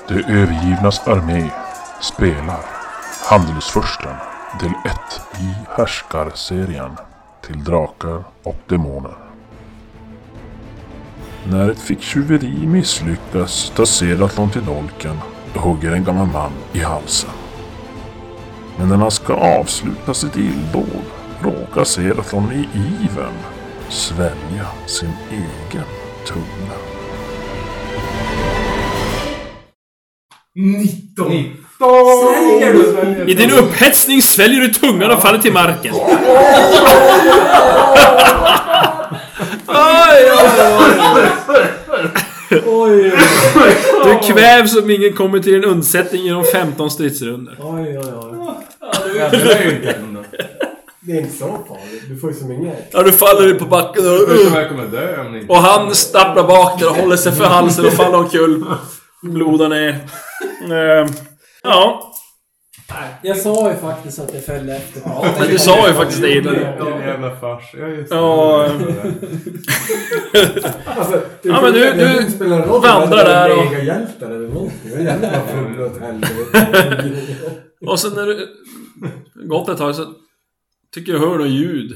De övergivnas armé spelar Handelsfursten del 1 i härskarserien till drakar och demoner. När ett ficktjuveri misslyckas tar Seratlon till dolken och hugger en gammal man i halsen. Men när han ska avsluta sitt illdåd råkar Seratlon i ivern svälja sin egen tunga. 19! Sväljer du? I din upphetsning sväljer du tungan och faller till marken. Oj. Du kvävs om ingen kommer till en undsättning genom 15 stridsrunder. Oj. Det är inte så farligt, du får ju som inget. Ja, du faller på backen och han stapplar bak där och håller sig för halsen och faller omkull. Blodar ner. Ja. Jag sa ju faktiskt att jag följde efter. Men du sa ju faktiskt det innan. Det är en jävla fars. Ja. Alltså, Ja, men du vandrar där och... Megahjältar eller någonting. Jag gäller bara fulla åt helvete. Och sen när du gått ett tag så tycker du hör något ljud.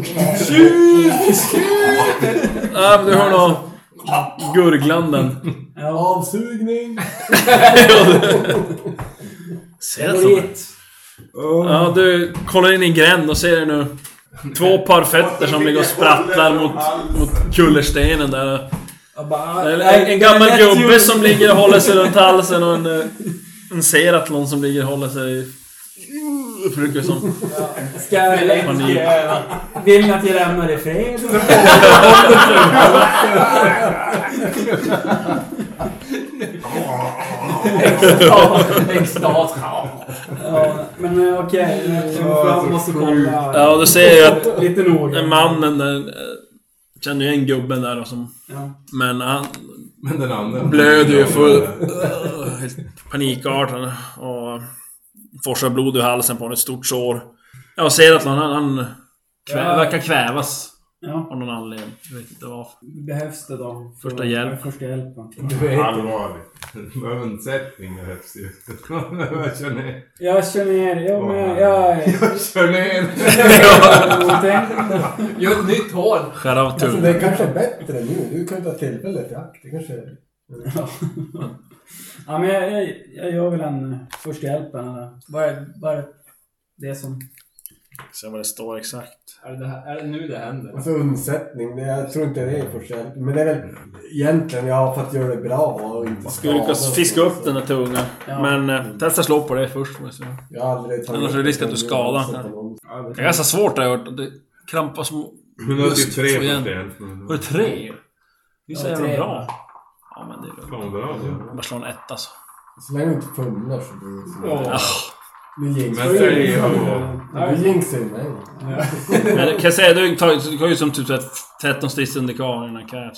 Ja, men du hör något gurglanden. Avsugning. Ser det så? Ja, du kollar in i en gränd och ser nu 2 par fötter som ligger och sprattlar mot kullerstenen där. En gammal gubbe som ligger och håller sig runt halsen och en Seratlon som ligger och håller sig försöker som ska jag vill ni att jag lämnar i fred? Extat. Ja, men okej, jag måste kolla. Ja, du ser ju att lite noga. mannen där känner ju en gubben där och som men han den andra blöder ju full helt panikartad och forsar blod ur halsen på ett stort sår. Jag ser att han verkar kvävas av någon anledning. Jag vet inte varför. Behövs det då? Första hjälpen. allvarligt. Undsättning behövs ju. Jag kör ner. Jag kör ner. Jag kör ner. Gör ett nytt hål. Skär av tungan. Alltså, det är kanske bättre nu. Du kan ta tillfället i akt. Det kanske är... Ja, men jag gör väl en första hjälpen. Vad är det som... Se vad det står exakt. Är det nu det händer? Alltså undsättning, jag tror inte det är första hjälpen. Men det är väl egentligen, för att göra det bra och inte ska du lyckas fiska upp den där tungan. Men testa slå på det först. Jag har aldrig tagit... Annars är det risk att du skadar. Det är ganska svårt att det krampas som... 183 på det. Var det 3? Det är så jävla bra. Ja, men det är fan bra. bara slå en 1 alltså. Så länge du inte fumlar så blir det så... Men Du jinxar ju mig. Men kan jag säga, du har ju som typ 13 stridsrunder kvar innan krävs.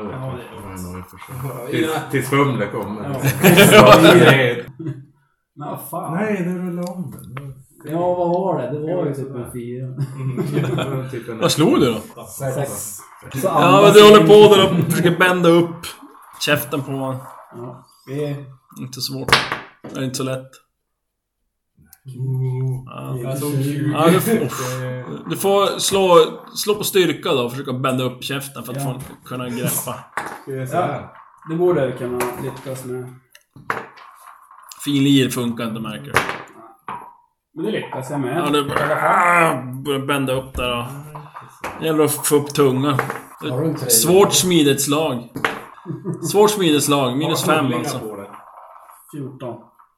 Tills fumlet kommer. Men vad fan? Nej, det rullar om den. Ja, vad var det? Det var ju typ en 4. Vad slog du då? 6. Ja, men du håller på där och försöker bända upp käften på honom. Ja, Inte svårt. Det är inte så lätt. Du får slå på styrka då och försöka bända upp käften för att kunna greppa. Ja, det borde jag kunna lyckas med. Filir funkar inte, märker du. Men det lyckas jag med. Ja, du börjar bända upp där då. Det gäller att få upp tungan. Svårt smidhetslag. Svårt smidhetslag, -5 alltså. 14.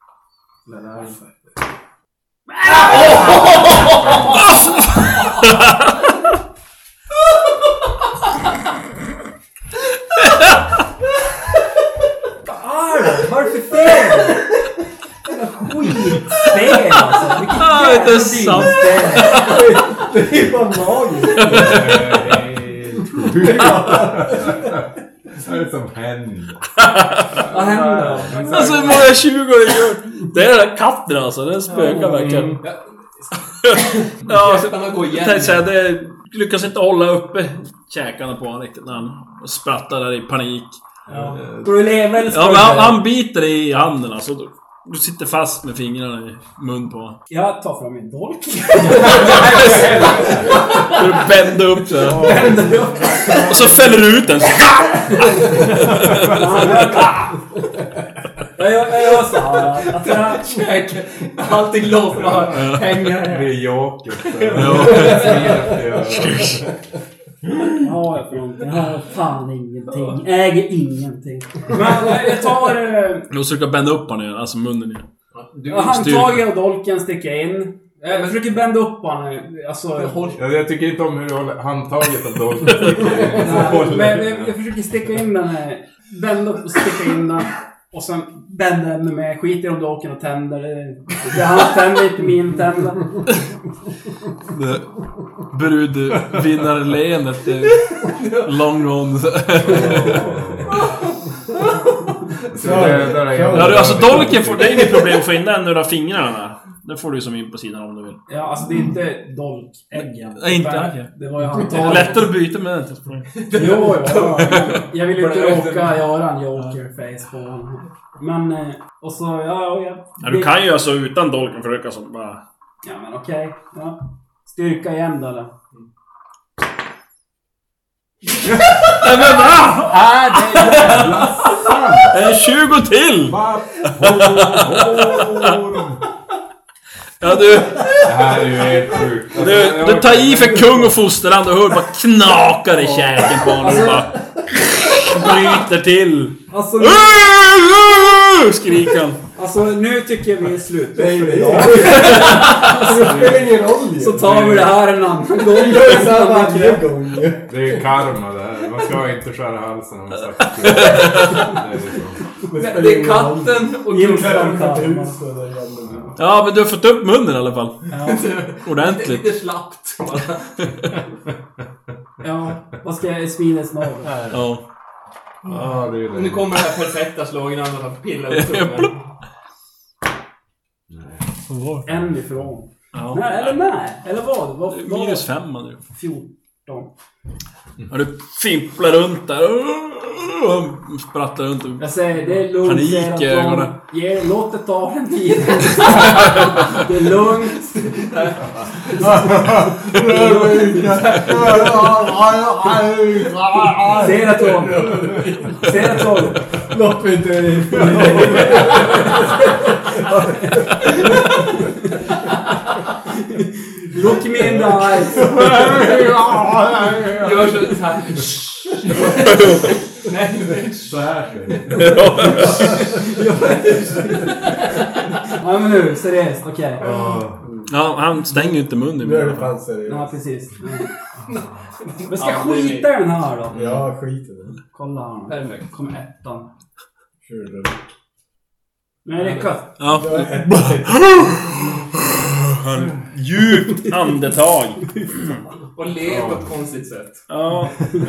Varför fel? Skitspel alltså. Det är sant. Det är bara magiskt. Vad är det som händer? Vad händer? Alltså hur många 20 det gör? Det är den där katten alltså, den spökar verkligen. Ja, så det lyckas inte hålla uppe käkarna på honom riktigt när han sprattar där i panik. Ja. Ska du leva eller ska Ja, du men dö? han biter i handen alltså. Du sitter fast med fingrarna i mun på. Jag tar fram min dolk. Du bänder upp så här. Och så fäller du ut den. Jag sa att jag... Allting låter bara hänga. Det är joker. Ja, jag får inte. Jag har fan ingenting. Äger ingenting. Men jag tar... Du måste försöka bända upp honom igen, alltså munnen igen. handtaget och dolken sticker in. Jag försöker bända upp honom. Alltså... Jag tycker inte om hur du håller handtaget av dolken. Men jag försöker sticka in den här. Bända upp och sticka in den. Och sen bända den med skit i de dolken och tänder. Det är hans tänder, inte min tänder. Brudvinnarleendet long run. Ja, alltså dolken får, det är inget problem att få in den ur fingrarna. Det får du som in på sidan om du vill. Ja, alltså det är inte dolkäggen. Nej, inte äggen. Det var ju Det är lättare att byta med den. Jo. Jag vill inte råka göra en joker-face på honom. Men, och så, ja, du kan ju alltså utan dolken försöka som bara... Ja, men okej. Ja. Styrka igen då, eller? Nej, men va? Det är 20 till! Ja, du... Det här är ju helt sjukt. Du tar i för kung och fosterland och hör bara knakar i käken på honom och bara... bryter till. Alltså, skriker han. Alltså, nu tycker jag vi är slut. Nej. Det spelar ingen roll. Så tar vi det här en annan gång. Så här varje gång. Det är karma det här. Man ska inte skära halsen om man sagt. Det är katten och Ja, men du har fått upp munnen i alla fall. Ja. Ordentligt. lite slappt. Ja, vad ska jag smida snart? Ja. Ja, det är det. Nu kommer det här perfekta slagen när man pillar ut tummen. En ifrån. Ja. Nej, eller vad? Minus 5 du. 14. Ja, du fimplar runt där. Och sprattlar runt. Jag säger, det är lugnt. Panik i ögonen. Låt det ta en tid. Det är lugnt. Ser att jag Låt mig inte Look me in the eyes. Gör så här. Nej, Så här ser Ja, men nu, seriöst, okej. Ja, han stänger ju inte munnen. Nu är det fan seriöst. Ja, precis. Men ska jag skita i den här då? Ja, skit i det. Kolla här. Perfekt. Kommer ettan. Kör det. Nej, det är kött. Ja. Djupt andetag. Och ler på ett konstigt sätt. Ja.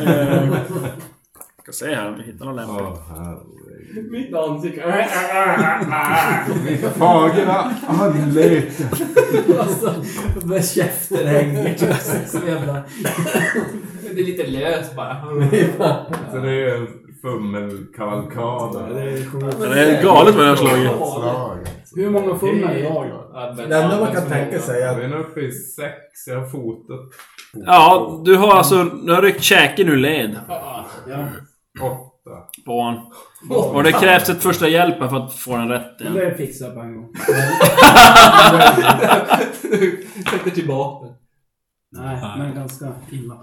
Ska se här om vi hittar någon lämplig. Mitt ansikte. Fagerna anlete. Alltså, med käften hänger. Så jävla... Det är lite löst bara. Så det är en fummelkavalkad. Det är galet vad jag har slagit. Hur många fummel är jag? Det enda man kan tänka sig är Vi att är uppe i 6. Jag har fotat. Ja, du har alltså... Du har ryckt käken ur led. Ja. 8. På han. Och det krävs ett första hjälpen för att få den rätt Men igen. det fixar jag på en gång. Sätter tillbaka. Nej, men ganska illa.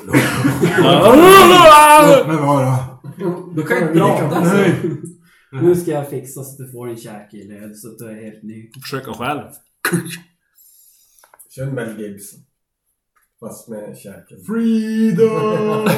Men vara. Du kan ju prata. Nu ska jag fixa så att du får en käke i led så att du är helt ny. Försöka själv. kör Mel Gibson. Fast med käken. Freedom!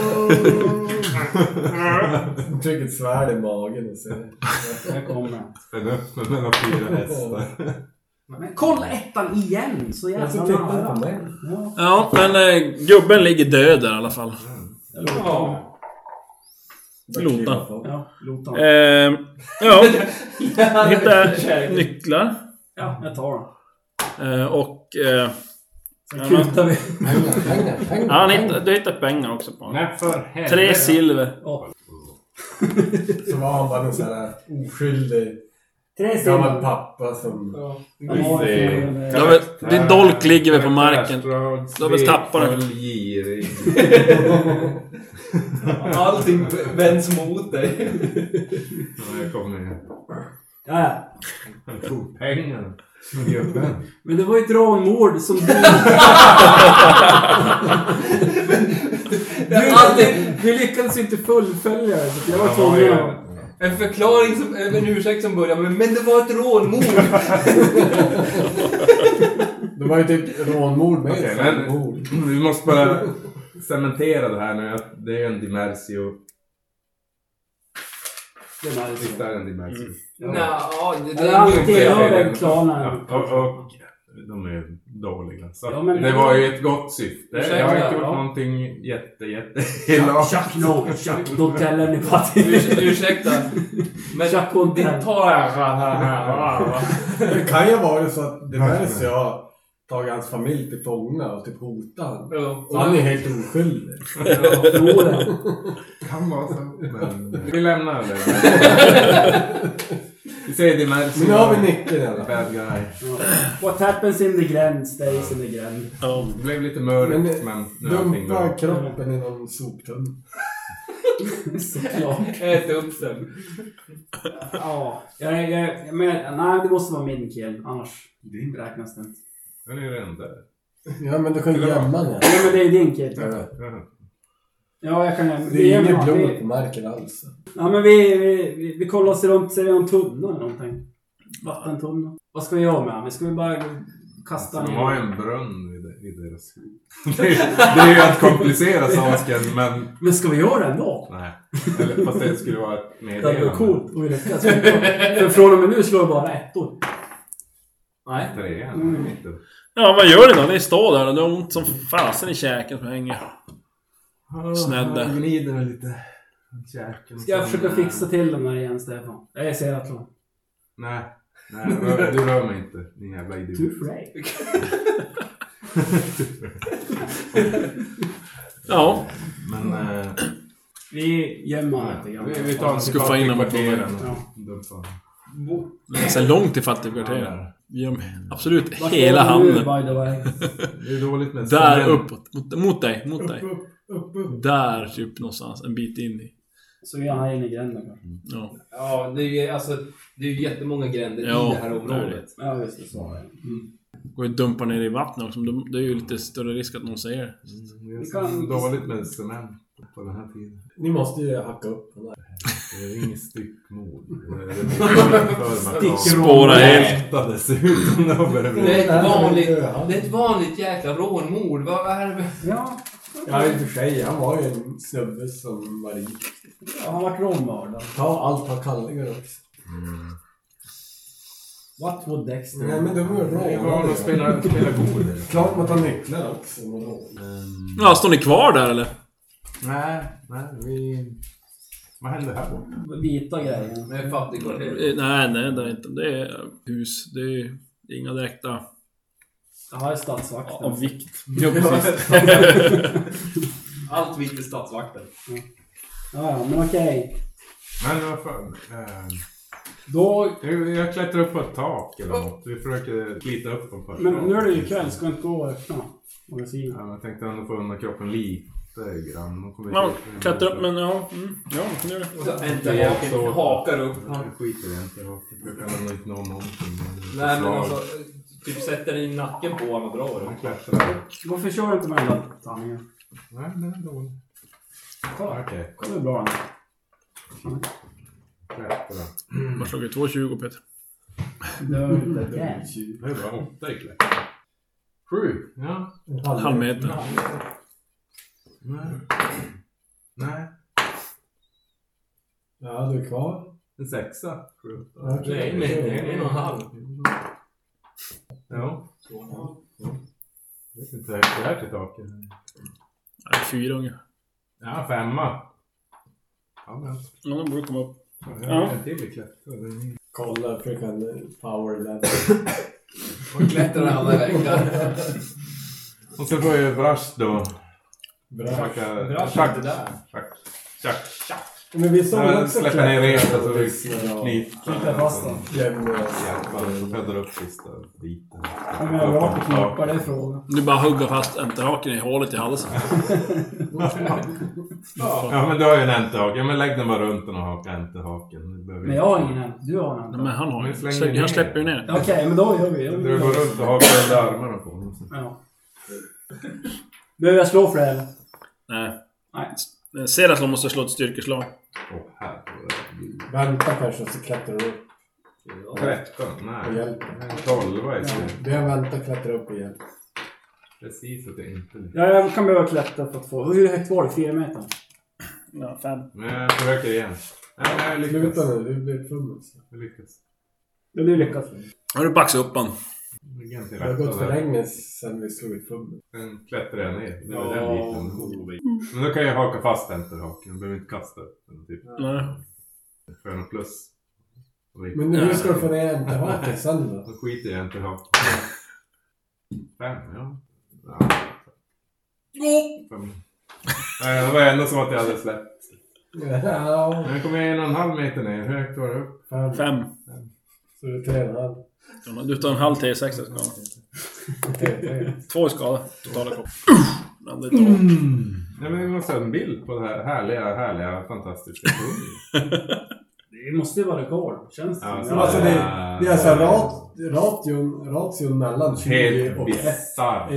Tryck ett svärd i magen och så. Jag kommer. Spänn upp med mellan 4 hästar. Men kolla ettan igen så jävla Så tittar du på nära. mig. Ja. Ja, men gubben ligger död där i alla fall. Ja. Lota. Ja, Lotan. Ja. Hitta nycklar. Ja, jag tar den. Och... Så kutar vi. Pengar. Ja, du hittar pengar också på honom. Nej, för helvete. 3 silver. Ja. Så var han bara en sån här oskyldig 3 gammal pappa som... Din dolk ligger väl på marken. Du har väl tappat den. Allting vänds mot dig. Jag kommer ner. Ja. Han tog pengarna. Men det var ju ett rånmord som vi lyckades inte fullfölja det. Så jag var tvungen. En förklaring som en ursäkt som börjar men det var ett rånmord. Det var ju typ rånmord med. Okej, men vi måste bara cementera det här nu att det är en Dimersio. Det är en Dimersio. Det är alltid klanen. Och de är dåliga. Så Ja, men det var ju ett gott syfte. Jag har inte gjort någonting jätte illa. Chuck, då täller ni på Ursäkta. Men Chuck, din Det kan ju vara så att det märks jag har tagit hans familj till fånga och typ hotat han. Och han är helt oskyldig. Kan vara så. Men vi lämnar det. Vi säger det med. Men nu har vi nyckeln i alla fall. Bad guy. What happens in the gränd stays in the gränd. Det blev lite mörkt men nu är allting bra. Dumpa kroppen i någon soptunn. Såklart. Ät upp sen. Ja, nej, det måste vara min kill. Annars räknas det inte. Den är ju redan där. Ja, men du kan ju gömma den. Ja, men det är din kill. Ja, jag kan gömma. Det är inget blod på marken alls. Ja, men vi kollar oss runt. Ser vi en tunna eller någonting? Vattentunna. Vad ska vi göra med den? Ska vi bara kasta de ner? har en brunn i deras... det är ju att komplicera saken, men... Men ska vi göra det ändå? Nej. Eller, fast det skulle vara ett meddelande. Det var coolt. Och vi lyckas. För från och med nu slår vi bara 1 år. Nej. 3. Ja, vad gör ni då? Ni står där och du har ont som fasen i käken som hänger. Snädde. Jag gnider mig lite. Käken. Ska jag försöka fixa till den här igen, Stefan? Jag ser att långt. Nej, du rör mig inte. Din jävla idiot. Too afraid. Ja. Men... Vi gömmer lite grann. Vi tar en skuffa in dem på kvarteren. Det är så långt till fattigkvarteren. Vi gör absolut hela handen. Det är dåligt med där uppåt. Mot dig. Upp. Där typ någonstans. En bit in i. Så vi har här inne i gränden. Ja. Ja, det är ju jättemånga gränder i det här området. Ja, visst det så. Går ju dumpa ner i vattnet också. Det är ju lite större risk att någon ser det. Det är dåligt med cement på den här tiden. Ni måste ju hacka upp den där. Det är inget styckmord. Spåra helt. Det är ett vanligt jäkla rånmord. Vad är det? Ja, i och för sig. Han var ju en snubbe som var rik. Ja, han var rånmördad. Ta allt han kallar också. What would Dexter? Nej, men det var ju Det var att spela god. Klart man tar nycklar också. Ja, står ni kvar där eller? Nej, vad händer här borta? Vita grejer. Med fattigkvarter. Nej, det är inte. Det är hus. Det är inga direkta... Jag har stadsvakten. Av vikt. Ja, precis. Allt vitt är stadsvakten. Ja, men okej. Men vad fan... Då... Jag klättrar upp på ett tak eller något. Vi försöker slita upp dem först. Men nu är det ju kväll. Ska inte gå och öppna magasinet. Ja, jag tänkte ändå få undan kroppen lite grann. Ja, klättrar upp men ja. Ja, kan du göra det. Och så inte hakar upp. Jag skiter i inte. Jag kan ändå inte nå någonting. Nej, men alltså... Typ sätter i nacken på honom och drar. Jag klättrar. Varför kör du inte med den där tärningen? Nej, den är dålig. Okej. Det är bra. Klättra. Man slog ju 2,20 Peter. Det är inte det. Det är bra. 8 i klättra. 7. Ja. En halv meter. Nej. Ja, du är kvar. En 6. Okej. Nej, 1,5. Ja. Jag vet inte, det här till taket. 4 ungefär. Ja, 5. Ja, men. Ja, de borde komma upp. Ja. Till i klättra. Kolla, för kan power level. Och klättrar alla väggar. Och så får jag Brash då. Bra. Brash inte där. Men vi såg också släpper ner repet och vi knyter fast den. och föder upp sista biten. Men jag har varit knipar, det är frågan. Du bara hugga fast enterhaken i hålet i halsen. Ja, men du har ju en enterhake. Ja, men lägg den bara runt den och haka enterhaken. Men jag har ingen ent. Du har en ent. Men han har ju. slänger Jag släpper ju ner. Okej, men då gör vi. Du går runt och hakar under armarna på honom. Ja. Behöver jag slå för det eller? Nej. Nej. Seratlon måste slå ett styrkeslag. Här. Vänta kanske så klättrar du upp 13, och nej. hjälper. 12 är Ja, det. det är vänta klättra upp och hjälpa. Precis att det inte... Ja, jag kan behöva klättra för att få... Hur högt var det? 4 meter? Ja, 5. Men jag försöker igen. Nej, jag lyckas. Sluta nu, du blir fummel. Jag lyckas. Ja, du lyckas. Har du baxat upp han? Det har gått för länge sedan vi slog ett fummel. Sen klättrar jag ner. Det var den biten. Men då kan jag haka fast enterhaken. Jag behöver inte kasta upp den typ. Nej. För något plus. Men hur ska du få ner enterhaken sen då? Då skiter jag enterhaken. 5, ja. 5. Nej, det var ändå som att jag hade släppt. Ja, Nu kommer jag 1,5 meter ner. Hur högt var det upp? 5. så du tränar. Du tar en halv T6 skada. 2 i skada. Totala kopp. Nej, men vi måste ha en bild på det här härliga, fantastiska hunden. Det måste ju vara rekord, känns det. Ja, Men alltså det är så här ration mellan 20 Helt och 1. bisarr.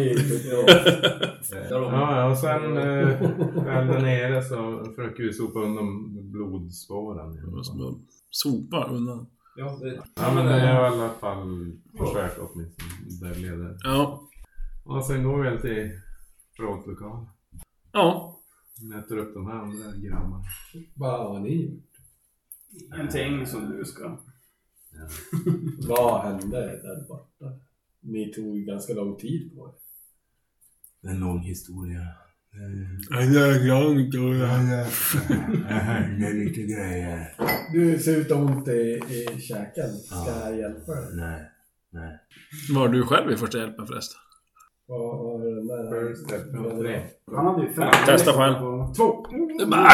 Ja, och sen väl där nere så försöker vi sopa undan blodspåren. Sopa undan. Ja, men det är i alla fall försök åtminstone. Där leder. Ja. Och sen går vi till förrådslokalen. Ja. Mäter upp de här andra grabbarna. Vad har ni gjort? Någonting som du ska... Vad hände där borta? Ni tog ganska lång tid på det. Det är en lång historia. Det är långt och Det hände lite grejer. Du ser ut att ha ont i käken. Ska jag hjälpa dig? Nej. Var du själv i första hjälpen förresten? Vad är den där? First step nummer 3. Han hade ju 5. Testa själv. 2. Du bara...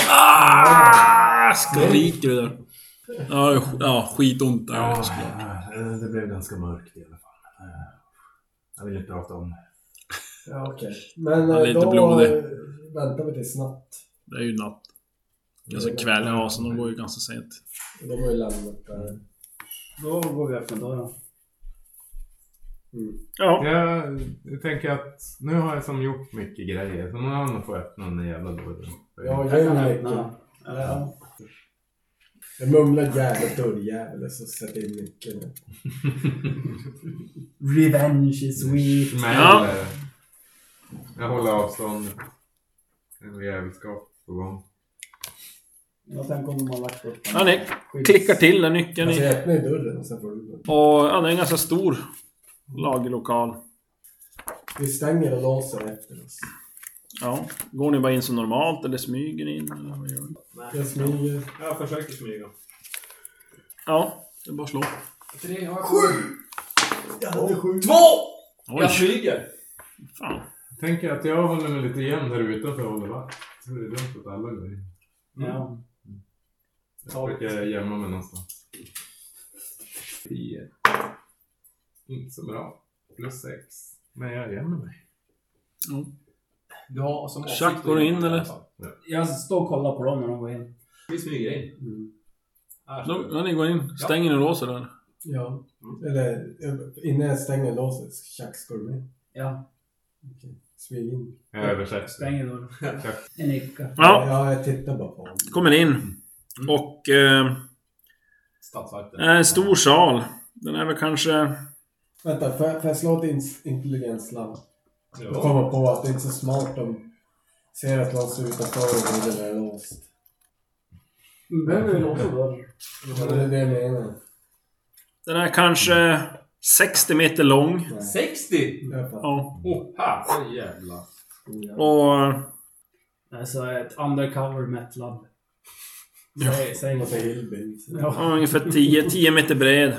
Skriker du där. Ja, skitont där. Ja, det blev ganska mörkt i alla fall. Jag vill inte prata om det. Ja, okej. Men Han är lite då blodig. väntar vi tills natt. Det är ju natt. Alltså kväll, ja, så de går ju ganska sent. De har ju lämnat där. Då går vi efter dörren. Ja. Jag tänker att nu har jag som gjort mycket grejer. Så någon annan får öppna den jävla dörren. Ja, Jag kan jag öppna. Ja. Jag mumlar jävligt dörrjävel så sätter in nyckeln. Revenge is sweet. Men jag håller avstånd. En jävelskap på gång. Jag tänker om de har lagt upp den. Ja, ni klickar till den nyckeln Alltså i. jag öppnar ju dörren och sen får du den. Och ja, det är en ganska stor lagerlokal. Vi stänger och låser efter oss. Ja. Går ni bara in som normalt eller smyger in? Eller vad gör ni? Jag smyger. Jag försöker smyga. Ja, det är bara att slå. 3 har 7! Jag hade 7. 2! Oj, Jag smyger. fan. Jag tänker att jag håller mig lite igen där utanför och håller vakt. Så det är dumt att alla går in. Ja. Jag försöker gömma mig någonstans. 10. Inte så bra. Plus 6. Men jag gömmer mig. Du har som Chuck, går du in, eller? Jag står och kollar på dem när de går in. Vi smyger in. Ja, ni går in. Stänger ni och låser där? Ja. Eller innan jag stänger låset, Chuck ska du med. Ja. Okej. Smyg in. Jag översätter. Stänger dörren. En nicka. Ja, Jag tittar bara på honom. kommer in. Och Stadsvakten. en stor sal. Den är väl kanske... Vänta, får jag slå ett intelligenslabb? Ja. Och komma på att det inte är så smart de ser att någon står utanför och vill är låst. Behöver vi låsa dörren? Ja, det är det jag menar. Den är kanske 60 meter lång. 60! Ja. Här! Jävlar. Och... Alltså ett undercover metlab. Säg Massa hillbillies. Ja. ungefär 10 meter bred.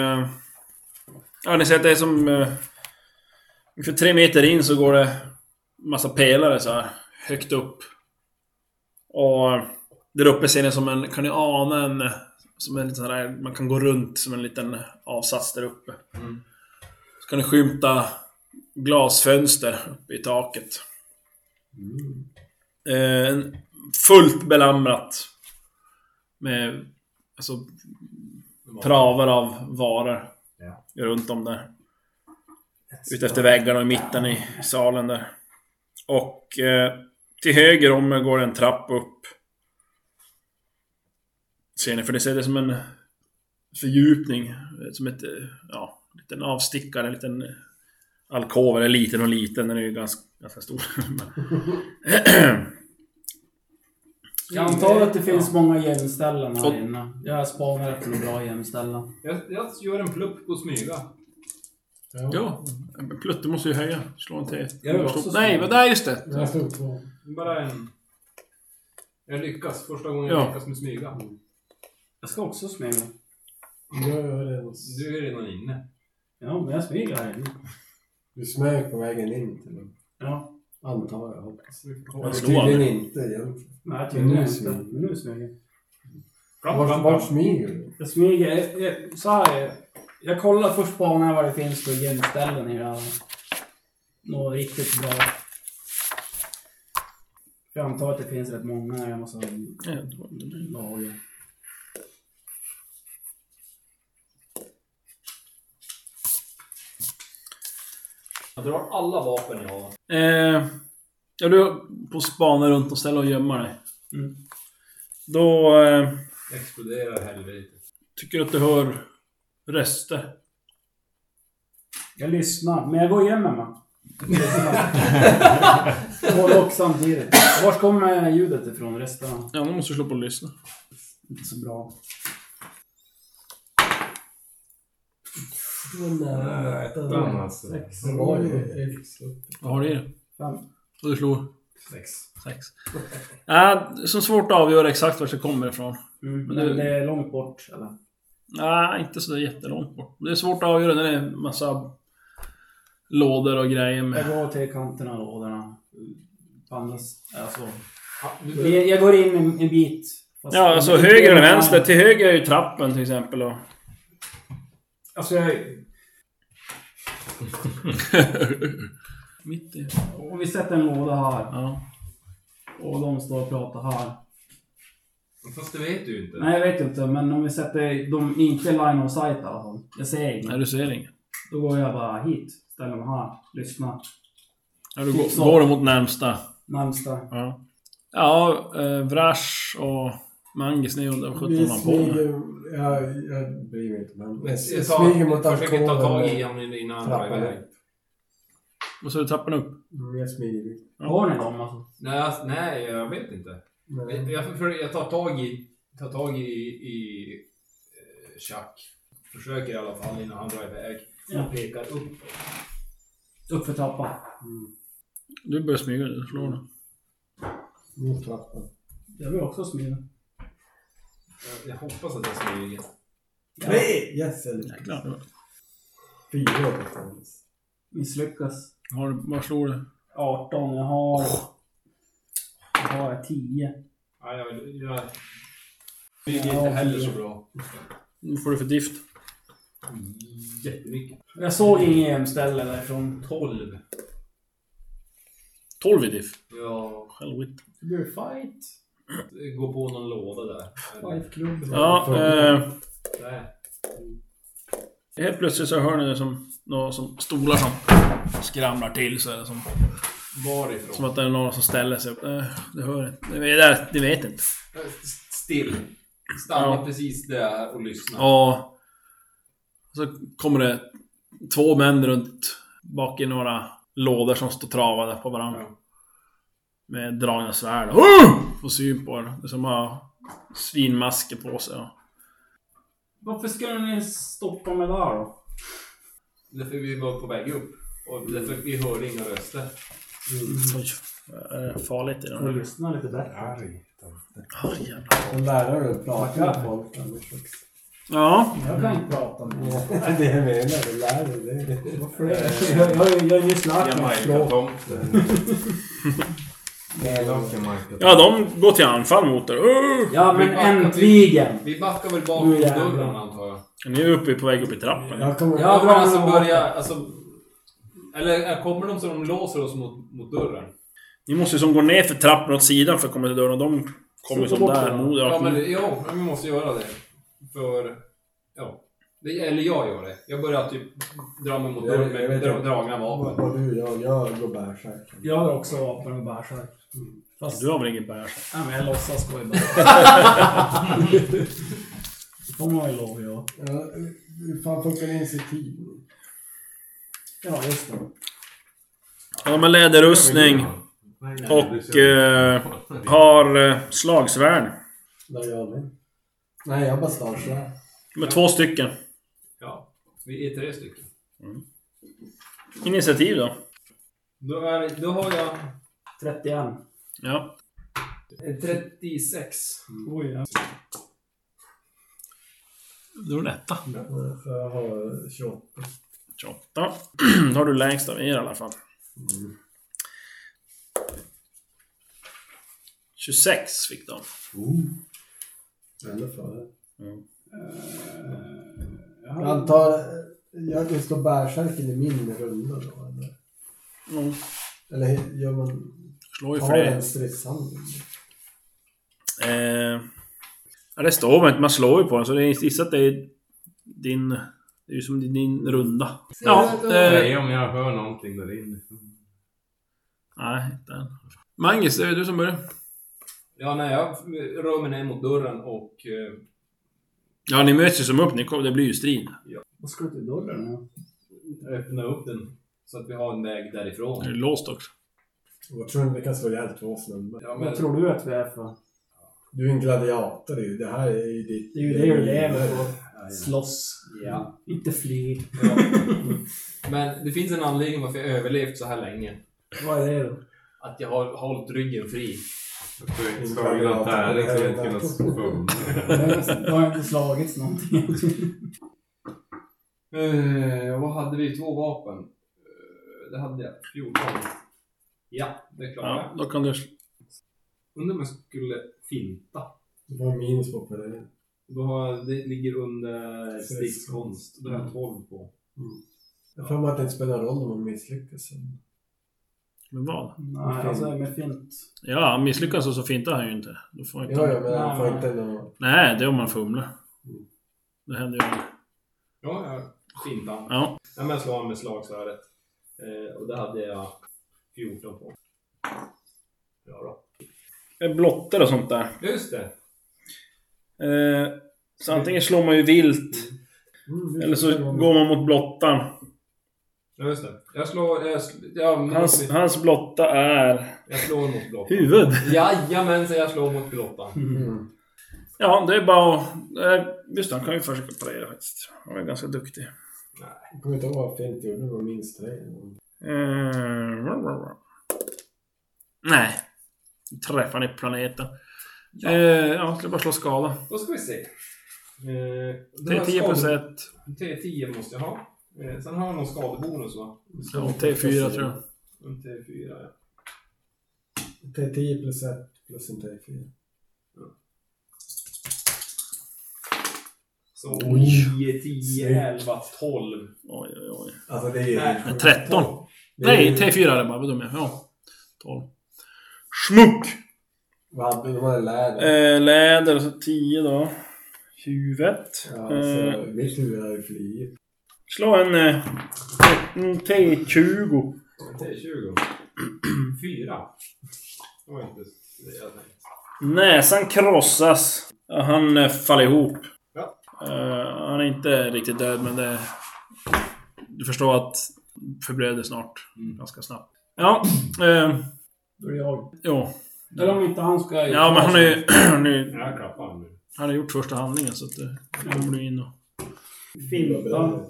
Ja, ni ser att det är som... ungefär 3 meter in så går det massa pelare så här högt upp. Och där uppe ser ni som en, kan ni ana en, som en liten där, man kan gå runt som en liten avsats där uppe. Så kan ni skymta glasfönster uppe i taket. Fullt belamrat med alltså travar av varor runt om där. Ut efter väggarna och i mitten i salen där. Och till höger om går en trapp upp. Ser ni, för det ser det som en fördjupning, som ett liten avstickare, en liten alkov, eller liten och liten, den är ju ganska stor. Jag antar att det finns många gömställen här inne. Jag spanar efter några bra gömställen. Jag gör en plupp på smyga. Ja, Plutte måste ju höja. Slå en till. Nej, men där just det. Jag stod två. Bara en... Jag lyckas. Första gången jag lyckas med smyga. Jag ska också smyga. Du är redan inne. Ja, men jag smyger här inne. Du smög på vägen in till dem. Ja. Antar jag, hoppas. Jag Tydligen inte egentligen. Nej, tydligen inte. Men nu smyger jag. Vart smyger du? Jag smyger... Så här... Jag kollar först på vad det finns för gömställen här. Något riktigt bra. Jag antar att det finns rätt många här. Jag måste ha lager. Jag drar alla vapen jag har. Ja, du är på spana runt och ställa och gömma dig. Då exploderar helvetet. tycker du att du hör röster? Jag lyssnar, men jag går och gömmer mig. Och samtidigt. Var kommer ljudet ifrån, rösterna? Ja, nu måste du slå på och lyssna. Inte så bra. Sex. Vad har du i det? 5. Och du slår? 6. Ja, det är så svårt att avgöra exakt var det kommer ifrån. Men det är långt bort, eller? Nej, inte så jättelångt bort. Det är svårt att avgöra när det är en massa lådor och grejer med. Jag går till kanterna av lådorna. Alltså. Jag går in en bit. Ja, alltså höger eller vänster. Till höger är ju trappen till exempel. Och... Alltså jag... Mitt i. Och vi sätter en låda här. Ja. Och de står och pratar här. Fast det vet du inte. Nej, jag vet inte. Men om vi sätter dem inte line of sight i alla fall. Jag ser inget. Nej, du ser inget. Då går jag bara hit. Ställer mig här. Lyssnar. Ja, du går mot närmsta. Närmsta. Ja. Ja, Vrash och Mangis, ni undrar vad 17 man på med. Jag bryr mig inte. Men jag försöker ta tag i honom innan han drar iväg. Och så är trappan upp. Jag smyger. Har ni dem alltså? Nej, jag vet inte. Jag tar tag i Chuck. Försöker i alla fall innan han drar iväg. Jag pekar upp. Upp för trappan. Du börjar smyga, du slår den. Mot trappan. Jag vill också smyga. Jag hoppas att jag smyger. 3! Yes, eller? Jäklar. 4 Misslyckas. Vad slår du? 18. Jag har 10. Ja, jag smyger inte heller så bra. Nu får du för gift. Jättemycket. Jag såg ingen hemställe därifrån. 12. 12 i diff. Ja. Självvitt. Det blir fight. Gå på någon låda där. Fight-klubb. Ja, Nej. helt plötsligt så hör ni det som några som stolar som skramlar till så är det som Varifrån? som att det är någon som ställer sig upp. Det hör inte. Det vet inte. Still. Stanna precis där och lyssna. Och så kommer det 2 män runt bak i några lådor som står travade på varandra. Med dragna svärd. Får syn på det. Det är som har svinmasker på sig. Varför skulle ni stoppa mig där då? Därför vi var på väg upp. Och därför vi hörde inga röster. Oj, farligt i den Jag här. lyssnar lite bättre. Arg. Jävlar. En lärare pratar med folk. Ja. Jag kan inte prata med det. Det jag menar, det lär dig. Varför det? Jag är nyss lärt mig att slå. Ja, de går till anfall mot det. Ja, men äntligen! Vi backar väl bakom dörren, antar jag. Ni är uppe på väg upp i trappen. Ja, men alltså börja... Alltså, eller kommer de så de låser oss mot dörren? Ni måste ju som gå ner för trappen åt sidan för att komma till dörren. Och de kommer som där. Ja, men vi måste göra det. För... Ja. Eller jag gör det. Jag börjar typ dra mig mot dörren med dragna vapen. Vad du gör? Jag går bärsärk. Jag har också vapen och bärsärk. Fast du har väl ingen bärsärk? Nej, men jag låtsas gå i bärsärk. Det får man ju lov, ja. Hur fan funkar initiativ? Ja, just det. Ja, de har läderrustning. Och har slagsvärn. Där gör vi. Nej, jag bara slagsvärn. Med 2 stycken. Ja, vi är 3 stycken. Initiativ då? Då har jag... 31. Ja. 36. Oj, ja. Du är etta. Jag har 28. 28. Då har du längst av er i alla fall. 26 fick de. Ändå före. Jag antar... Jag står bärsärken i min runda då, eller? Eller gör man... Slår ju för har det. en stridshandling? Ja, det står väl inte. Man slår ju på den. Så det är gissat att det är din... Det är ju som din runda. Ja. Säg om jag hör någonting där inne. Nej, inte än. Magnus, det är du som börjar. Ja, nej, jag rör mig ner mot dörren och... Ja, ni möts ju som upp. Det blir ju strid. Ja. Vad ska du till dörren? Öppna upp den så att vi har en väg därifrån. Det är låst också. Jag tror inte vi kan slå ihjäl 2 snubbar. Ja, men... Vad tror du att vi är för? Du är en gladiator. Det här är ju ditt... Det är ju det du lever på. Slåss. Ja. Inte fly. Ja. Men det finns en anledning varför jag överlevt så här länge. Vad är det då? Att jag har hållit ryggen fri. Jag tror inte slagit något här. Så jag inte kunnat få. Det har inte slagits någonting. Vad hade vi? 2 vapen. Det hade jag. 14. Ja, det är klart. Ja, då kan du... Undrar om jag skulle finta. Du får minus på det. Då har det ligger under stridskonst. Då har jag 12 på. Jag tror att det inte spelar roll om man misslyckas. Men vad? Nej, alltså med fint. Ja, misslyckas så fintar han ju inte. Då får inte... Ja, men han får inte någon... Nej, det är om man fumlar. Det händer ju. Ja, jag fintar. Ja. Ja, men jag slår med slagsvärdet. Och det hade jag 14 på. Ja då. Blotter och sånt där. Just det. Så antingen slår man ju vilt. Eller så går man mot blottan. Ja, just det. Jag slår... Hans blotta är... Jag slår mot blottan. Huvud. Jajamensan, jag slår mot blottan. Ja, det är bara att... Just han kan ju försöka parera faktiskt. Han är ganska duktig. Jag kommer inte ihåg vad fint gjorde. Det var minst 3. Nej. Träffar ni planeten. Ja, ska bara slå skada. Då ska vi se. T10 plus 1. T10 måste jag ha. Sen har jag någon skadebonus, va? Ja, T4 tror jag. En T4, ja. T10 plus 1 plus en T4. Så 9, 10, 11, 12. Oj. Alltså det är... 13. Nej, T4 är det bara. Vad dum jag. Ja. 12. Smuck! Vad hade du? Var läder? Läder och så 10 då. Huvudet. Ja, så mitt huvud är ju flyg. Slå en T20. T20. 4. Det var inte det jag tänkte. Näsan krossas. Han faller ihop. Ja. Han är inte riktigt död, men det... Du förstår att förblöder snart. Ganska snabbt. Ja. Då är det jag. Jo. Eller om inte han ska... Ja, men han är Jag klappar han nu. han har gjort första handlingen, så att det kommer in och... Finta.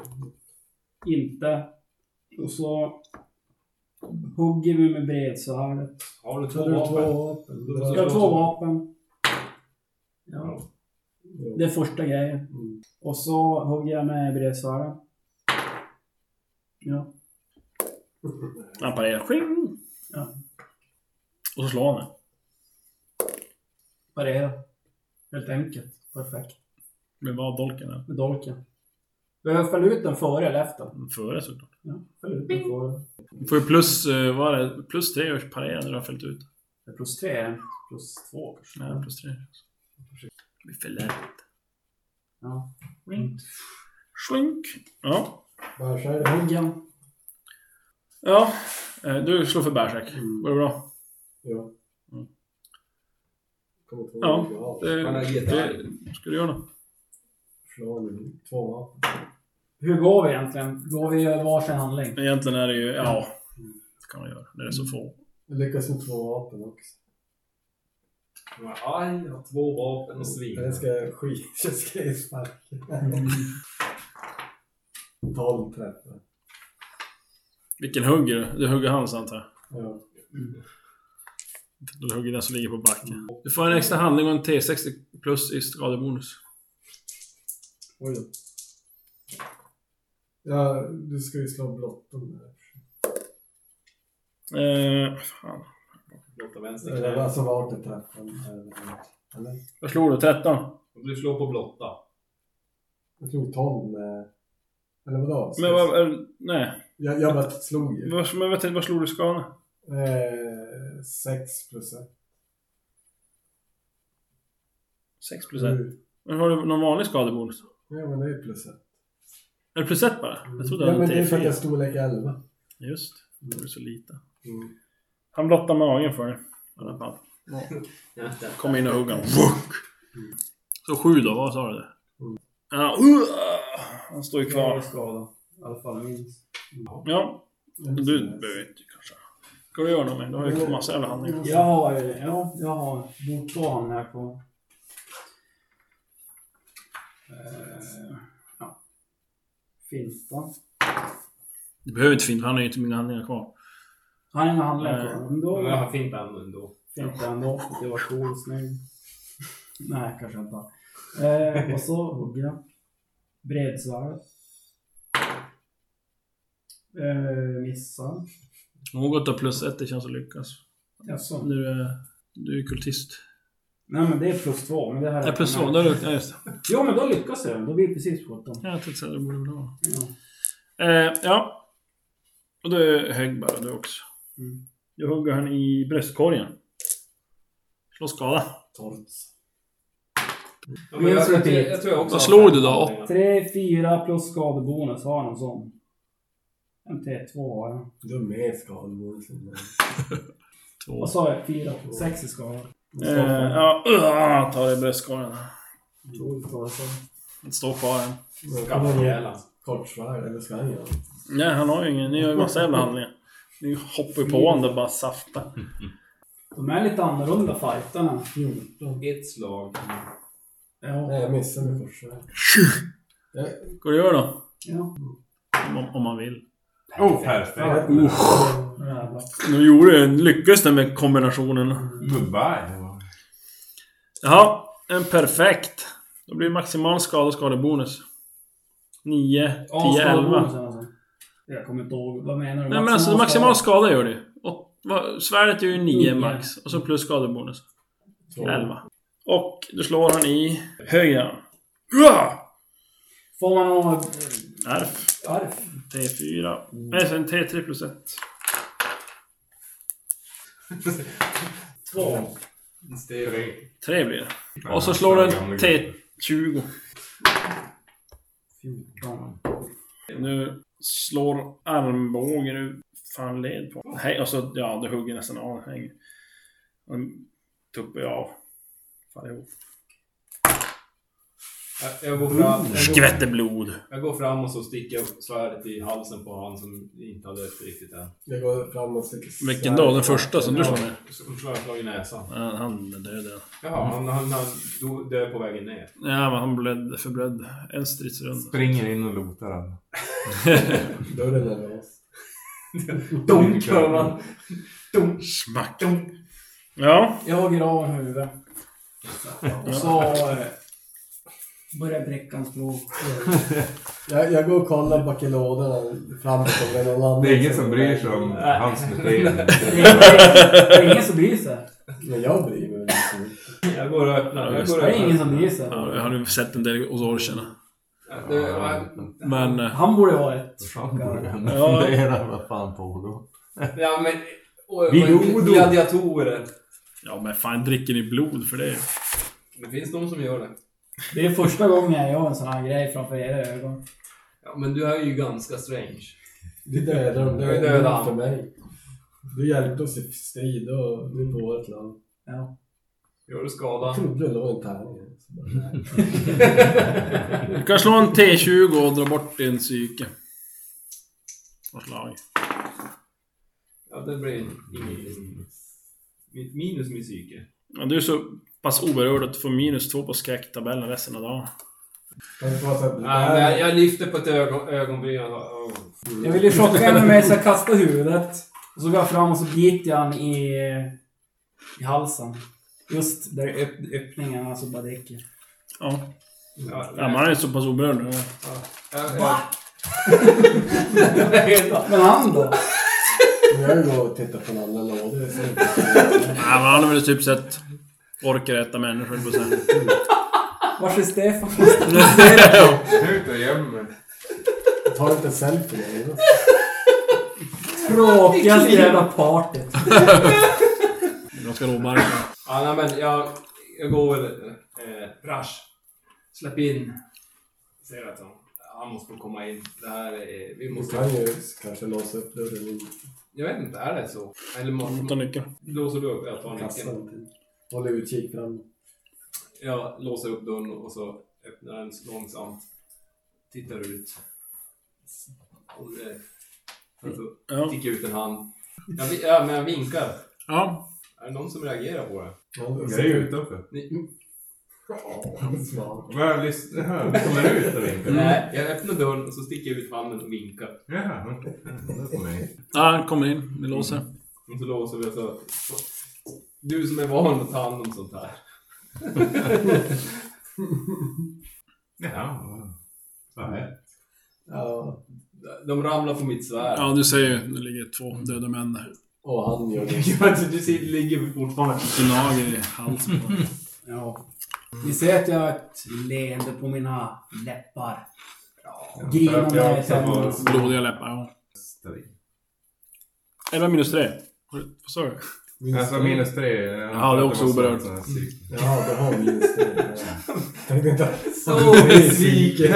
Inte. Och så hugger vi med bredsvärdet. Har du Så 2 har du vapen? 2 vapen. Jag har 2 vapen. Ja. Det är första grejen. Och så hugger jag med bredsvärden. Ja. Han parerar. Sking! Ja. Och så slår han. Parera. Helt enkelt. Perfekt. Med vad dolken är? Med dolken. Behöver fälla ut den före eller efter? Före såklart. Ja, fälla ut den före. Får ju plus, vad är det? Plus 3 års parera när du har fällt ut. Det är plus 3. Plus 2 kanske. Nej, plus 3. Det blir för lätt. Ja. Slink. Ja. Huggen. Ja. Du slår för bärsäck. Var det bra? Ja. Ja. Det ska du göra då. Slå 2 vapen. Hur går vi egentligen? Går vi varsin handling? Egentligen är det ju, ja. Det kan man göra. När det är så få. Jag lyckas med 2 vapen också. Aj, jag har 2 vapen och svin. Jag ska sparka. 12, 13. Vilken hugger du? Du hugger hans antar jag. Ja. Du hugger den som ligger på backen. Du får en extra handling och en T60 plus i skadebonus. Oj då. Ja, du ska ju slå blotton där. Fan. Blotta vänster. Det var alltså vart det träffen. Eller? Vad slår du? 13? Du slår på blotta. Jag tror 12 med... Eller vadå? Men vad... Nej. Jag bara slog ju. Men vet inte, vad slår du skadan? 6 plus 1. 6 plus 1. Men har du någon vanlig skadebonus? Ja, men det är plus 1. Är det plus 1 bara? Jag trodde ja, det var men det är för att jag T4. storlek 11. Just. Det är så lite. Mm. Han blottar magen för det. I alla fall. Kom in och hugga. Så 7 då, vad sa du där? Ja, han står ju kvar. Skada. I alla fall minst. Ja, du behöver inte kanske. Ska du göra något med? Du har ju en massa jävla handlingar. Jag har gjort 2 handlingar på... Finta. Du behöver inte finta, han har ju inte många handlingar kvar. Han har inga handlingar kvar. Men då... Jag har finta ändå. Finta ändå. Det var cool, snygg. Nej, kanske inte. Och så hugger jag. Bredsvärd. Missar. Något av plus 1, det känns att lyckas. Jaså? Du är kultist. Nej, men det är plus 2. Men det här är plus 2, då lyckas just det. Jo, men då lyckas jag. Då blir det precis 17. Ja, jag tänkte säga det borde vara bra. Ja. Ja. Och då är hög bara du också. Du hugger han i bröstkorgen. Slå skada. Torts. Ja, men jag tror jag också. Vad slog du då? 3-4 plus skadebonus. Har någon sån. En T2 har jag. Du är med skadebonus. 2. Vad sa jag? 4? 6 i skada. Ja, ta det i bröstkorgen. Det står kvar en. Kan man kortsvärd eller ska han göra? Nej, han har ju ingen. Ni har ju massa jävla handlingar. Ni hoppar ju på honom och bara safta. De är lite annorlunda fighterna. Ett slag. Ja. Nej, jag missar med kortsvärd. Ska du göra då? Ja. Om man vill. Perfekt. Nu gjorde du lyckas det med kombinationen. Goodbye. Jaha, en perfekt. Då blir det maximal skada och skadebonus. 9, 10, 11. Jag kommer inte ihåg. Vad menar du? Nej, men alltså maximal skada gör det. Och svärdet är ju 9 max. Och så plus skadebonus. 11. Och du slår han i höger. Får man någon... Arf. T4. Nej, så en T3 plus 1. 2. 3 blir det. Och så slår du en T20. 14. Nu slår armbågen ut. Fan led på. Hej, och så, ja, du hugger nästan av. Hänger. Och tuppar jag av. Faller ihop. Jag går fram. Skvätter blod. Jag går fram och så sticker jag svärdet i halsen på han som inte hade dött riktigt än. Jag går fram och sticker. Vilken då? Den första som du slår med? Så slår jag slag i näsan. Han är död. Jaha, han dör på vägen ner. Ja, men han blev förblödd. En stridsrunda. Springer in och lotar den. Dörren är lös. Dunk för man. Dunk. Smack. Dunk. Ja. Jag hugger av en huvud. Och så Börjar bräckans blod. Jag går och kollar bak i lådorna framåt om det är någon annan. Det är ingen som bryr sig om hans beteende. Det är ingen som bryr sig. Men jag bryr mig inte. Jag går och öppnar. Det är ingen som bryr sig. Ja, jag har nu sett en del hos orcherna. Men... Han borde vara ett. Ja. Vad fan pågår. Ja, men... Vidodo. Gladiatorer. Ja, men fan dricker ni blod för det? Det finns de som gör det. Det är första gången jag gör en sån här grej framför era ögon. Ja, men du är ju ganska strange. Du dödar dem. Jag är dödad för mig. Du hjälpte oss i strid och du är på vårt land. Ja. Gör du skada? Jag trodde det låg en tärning. Du kan slå en T20 och dra bort din psyke. Slag. Ja, det blir minus min psyke. Ja, du är så pass oberörd att du får -2 på skräcktabellen resten av dagen. Jag lyfter på ett ögonbryn. Jag ville chocka henne med så jag kastade huvudet. Och så går jag fram och så biter jag han i halsen. Just där öppningen, alltså bara däcker. Ja. Ja, man är så pass oberörd nu. Va? Men han då? Jag går och tittar på en annan låda. Ja, men han har väl typ sett orkar äta människor på sen. Vars är Stefan? Ut och gömmer. Ta inte en selfie. Tråkigaste jävla partyt. Jag ska råbarka. Ja, nej, men jag går väl... Rash. Släpp in. Ser att han måste få komma in. Det här är... Vi måste... Du kan ju kanske låsa upp dörren. Jag vet inte, är det så? Eller Ta nyckeln. låser du upp? Jag tar nyckeln. Håller utkik fram. Jag låser upp dörren och så öppnar den långsamt. Tittar ut. Och så sticker ut en hand. Men jag vinkar. Ja. Är det någon som reagerar på det? Jag är utanför. Vad lyssnar här? Du kommer ut och vinkar. Nej, jag öppnar dörren och så sticker jag ut handen och vinkar. Ja, det kommer in. Ja, han kommer in. Vi låser. Och så låser vi så. Du som är van att ta hand om sånt här. Ja, vad är det? Ja. De ramlar på mitt svärd. Ja, du ser ju. Det ligger 2 döda män där. Och han gör det. Du ligger fortfarande. Gnager i halsen. Ja. Ni ser att jag har ett leende på mina läppar. Grinande tänder. Blodiga läppar, ja. 11 -3. Vad sa du? Alltså -3. Ja, det är också oberörd. Ja, det har -3. Tänkte inte Så besviken.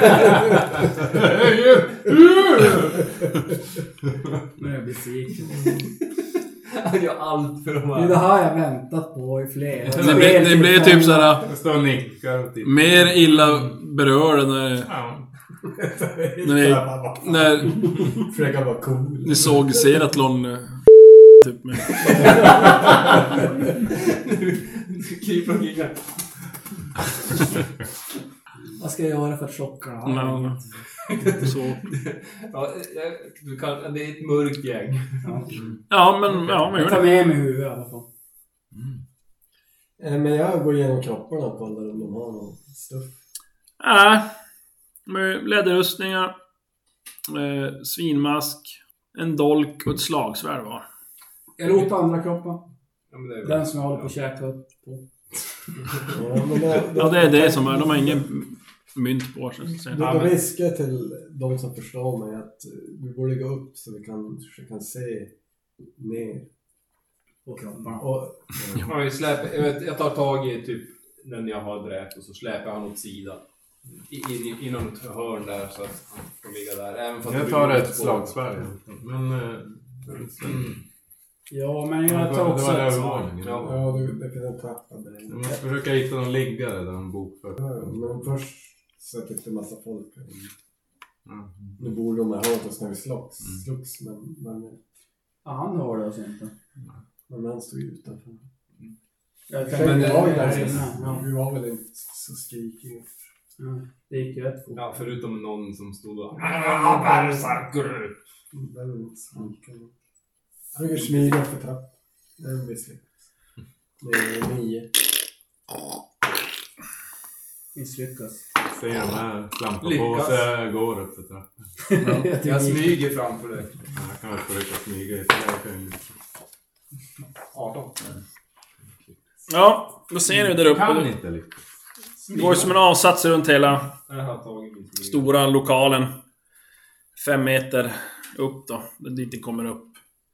Nu är jag besviken. Han gör allt för de Det är här. det här jag väntat på i flera. Det blir typ såhär... Jag står och nickar. Typ. Mer illa berörd när... Ja. När Försöka vara cool. ni såg Seratlon... typ med... Kryper och giggar. Vad ska jag göra för att chocka? Ja. Så. Ja, du kan, det är ett mörkt gäng. Ja, men Jag gör tar det. med mig huvudet i alla fall. Men jag går igenom kropparna och kollar om de har någon stuff. Med läderrustningar, svinmask, en dolk och ett slagsvärd var. Jag låter andra kroppen. Ja, men det är Den som jag håller på att käka upp på. Ja, det är det som är. De har ingen mynt på sig. Det risker till de som förstår mig att vi borde gå upp så vi kan se ner På kropparna. och Ja, jag tar tag i typ den jag har dräpt och så släpar han åt sidan. I något hörn där så att han får ligga där. Även fast Jag tar ett slagsvärd. Men... Ja, men jag tar också det var ett övervåningen. ja, det finns en trappa där. Jag måste försöka hitta någon liggare där en bok för. Men först så att det inte är massa folk. Nu borde de ha hört oss när vi slogs, men Ja, han hörde oss inte. han stod ju utanför. Men vi var ju där där inne. Ja. Vi var väl inte så skrikiga. Ja, det gick ju rätt fort. Ja, förutom någon som stod och... Berserker! Det är väl inte skrikiga. Jag brukar smyga för trapp. Det är en misslyckats. Det är 9. Misslyckas. Ser de här klampar på så jag går upp för trappan. Jag smyger framför dig. Jag kan väl försöka smyga i 18. Ja, då ser ni där uppe. Kan inte lite. Det går som en avsats runt hela stora lokalen. 5 meter upp då. Dit det kommer upp.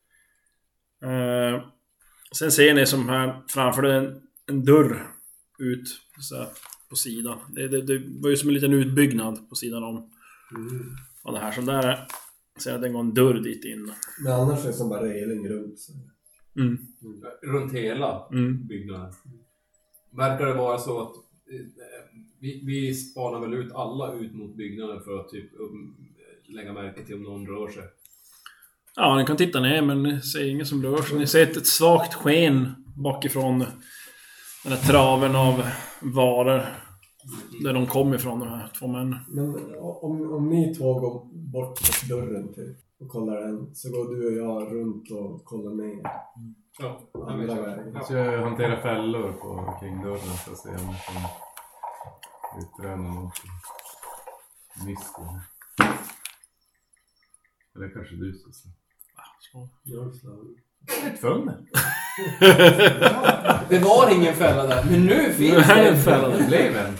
Sen ser ni som här framför en dörr ut så här, på sidan. Det var ju som en liten utbyggnad på sidan om. Och det här som där ser att det går en dörr dit in. Men annars är det som bara reling runt. Runt hela byggnaden. Verkar det vara så att vi spanar väl ut alla ut mot byggnaden för att typ lägga märke till om någon rör sig. Ja, ni kan titta ner men ni ser ingen som rör sig. Ni ser ett svagt sken bakifrån den här traven av varor där de kom ifrån, de här 2 männen. Men om ni 2 går bort till dörren typ, och kollar den, så går du och jag runt och kollar ner. Ja, andra vägen. Så jag hanterar fällor kring dörren för att se om jag kan utröna något mystiskt. Eller kanske du ska se. Ett funder. Det var ingen fälla där, men nu finns det en fälla där. Det blev en.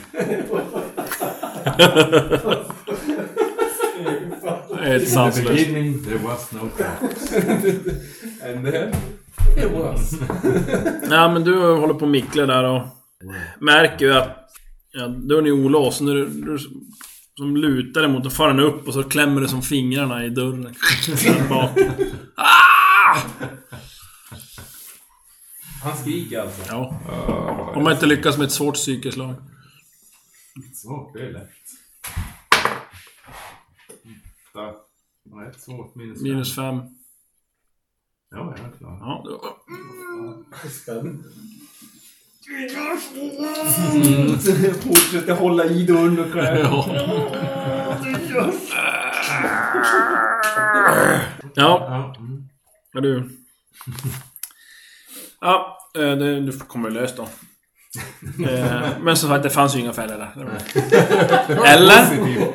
Ett sanslöst. There was no doubt. And then it was. Ja, men du håller på att mickla där och märker ju att dörren är olåst. När du som lutar dig mot och far den upp och så klämmer du som fingrarna i dörren bak. Han skriker alltså. Ja. Om man inte lyckas med ett svårt psykeslag. Svårt, det är lätt. Nej, ett svårt minus 5. Ja, jag är klar. Ja, Spännande. Fortsätter hålla i dörren och klämma. Ja. Ja, du. Ja, du kommer löst då. Men så att det fanns ju inga fällor där. Eller?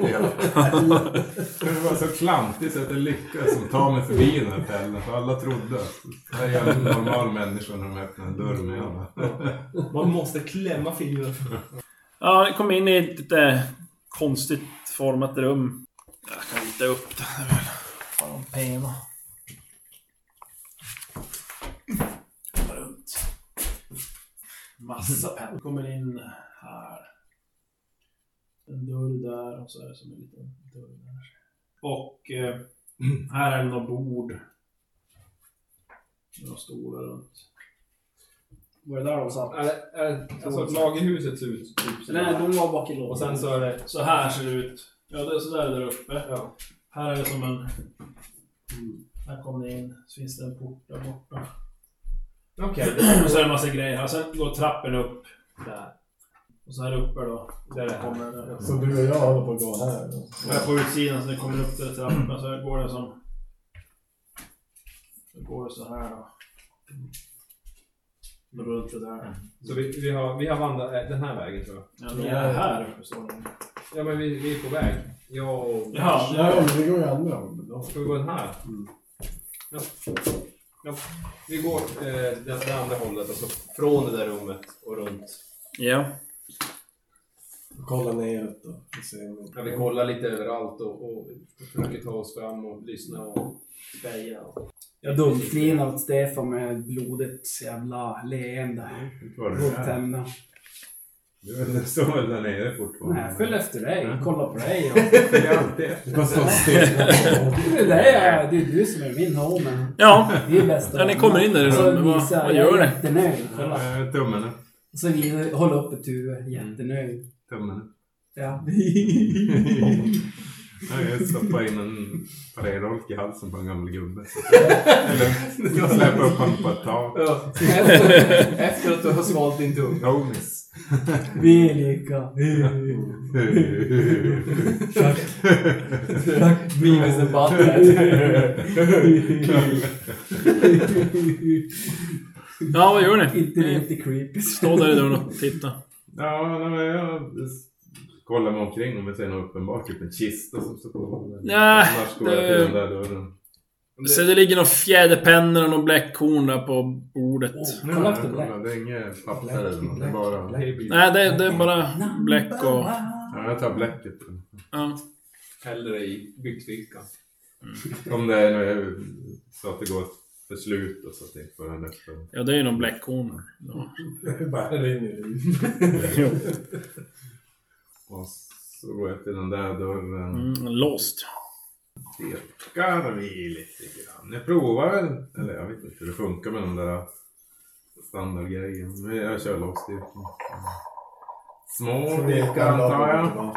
Det var så klantigt så att det lyckas som tar mig förbi den här fällan. För alla trodde att det är en normal människa när de öppnar en dörr med alla. Man måste klämma fingrarna. Ja, jag kom in i ett lite konstigt format rum. Jag kan rita upp det. Fan, pena. Runt. Massa pengar. Kommer in här. En dörr där och så är det som en liten dörr där. Och här är det några bord. Några stolar runt. Vad är det där de satt? Alltså lagerhuset ser ut typ så. Nej, de var bak i lådan. Och sen så är det så här ser det ut. Ja, det är så där uppe. Ja. Här är det som en... Här kommer det in. Så finns det en port där borta. Okej. Och så är det en massa grejer här. Sen går trappen upp där. Och så här uppe då. Där kommer det. Så du och jag håller på att gå här då? Jag är på utsidan så det kommer upp till trappen. Så går det som... Så går det så här då. Runt det där. Så vi har vandrat den här vägen tror jag. Ja, vi är här uppe så. Ja, men vi är på väg. Ja, vi går ju andra hållet. Ska vi gå den här? Ja. Vi går det andra hållet, alltså från det där rummet och runt. Ja. Kolla neråt då. Ja, vi kollar lite överallt och försöker ta oss fram och lyssna och speja. Jag dubbflinar åt Stefan med blodet jävla leende. Rotända. Du står väl där nere fortfarande? Nej, följ efter dig. Kolla på dig. Det är alltid. Det är du som är min home. Ja. Vi är bästa. Ja, ni kommer in där i rummet. Vad gör ni? Jättenöjd. Tummen upp. Och så vi håller upp ett huvud. Jättenöjd. Tummen upp. Ja. Jag stoppar in en parerolk i halsen på en gammal gubbe. Eller släppa upp honom på ett tak. Ja. Efter att du har svalt din tung. Homies. Vi är lika. Fuck. Beavis and Butthead. Ja, vad gör ni? Inte creepy. Stå där i dörren och titta. Ja, men jag kollar mig omkring om vi ser något uppenbart. Typ en kista som står på. Nej, annars går jag till den där dörren. Så det ligger några fjäderpennor och någon bläckhorn där på bordet. Kolla efter bläck. Det är inget papper eller något. Det är bara... Nej, det är bara bläck och... Ja, jag tar bläcket. Ja. Häller det i byxfickan. Om det är så att det går för slut och så att det inte får en öppen. Ja, det är ju någon bläckhorn. Ja. Bara rinner Jo. Och så går jag till den där dörren. Låst. Tekar vi lite grann. Jag provar väl. Eller jag vet inte hur det funkar med den där standardgrejen. Men jag kör låsstyrkan. Små tekar antar jag.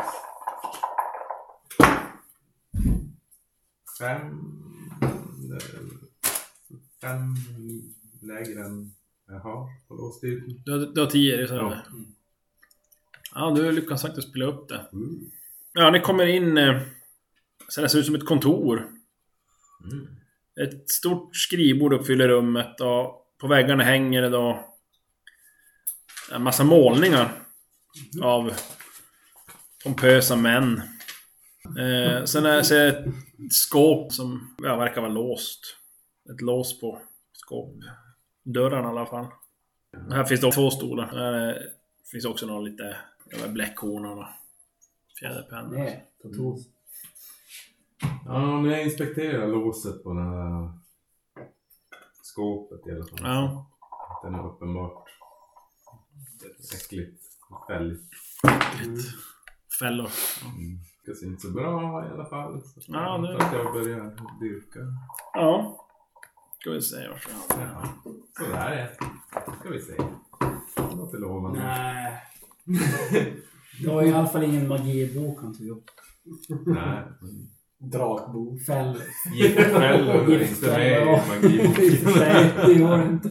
5 lägre än jag har på låsstyrkan. Du har 10 det, så Ja. Ja, du lyckas faktiskt spela upp det. Ja, ni kommer in. Så det ser ut som ett kontor. Ett stort skrivbord uppfyller rummet. Och på väggarna hänger det då en massa målningar av pompösa män. Sen är det ett skåp som verkar vara låst. Ett lås på skåpdörren i alla fall. Här finns det 2 stolar. Här finns också några lite bläckhorn och fjäderpennor. Nej, på Ja, men jag inspekterar låset på det här skåpet i alla fall. Ja. Den är uppenbart äckligt fälligt. Fällor. Det ser inte så bra i alla fall. Så Ja, det... att jag börjar dyrka. Ja. Ska vi se varför Ja, så där är det. Ska vi se. Låter lovande. Nej. Det var i alla fall ingen magibok han tog upp. Nej. Drakbo. Fäll. Giftfällor är inte med i magiboken. Nej, det går inte.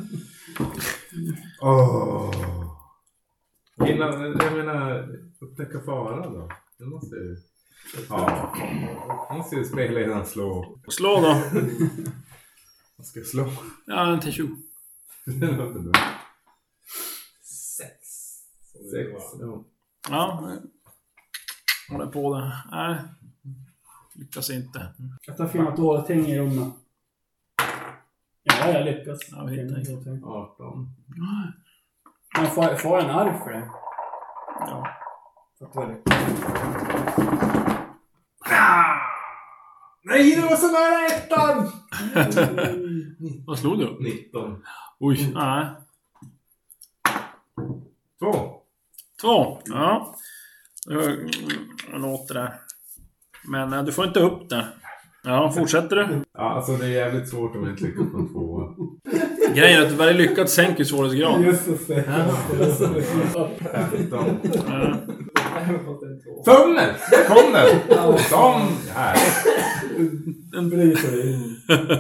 Innan, jag menar, upptäcka fara då. Det måste ju... Ja. Måste ju spelledaren slå. Slå då. Vad ska jag slå? Ja, en T20. Det låter bra. 6. Ja. Ja. Håller på det. Nej. Lyckas inte. Jag tar fina dåliga ting i rummet. Ja, jag lyckas. Ja, vi hittar inte. 18. Man får en arv för det. Ja. För att det var lyckas. Nej, det var så nära ettan! Vad slog du? 19. Oj, nej. 2. Ja. Jag låter det. Men du får inte upp det. Ja, fortsätter du? Ja, alltså det är jävligt svårt om jag inte lyckas på en 2. Grejen är att varje lyckat sänker svårighetsgrad. Just det. Fummel! Kom den! Som här. Den bryter in.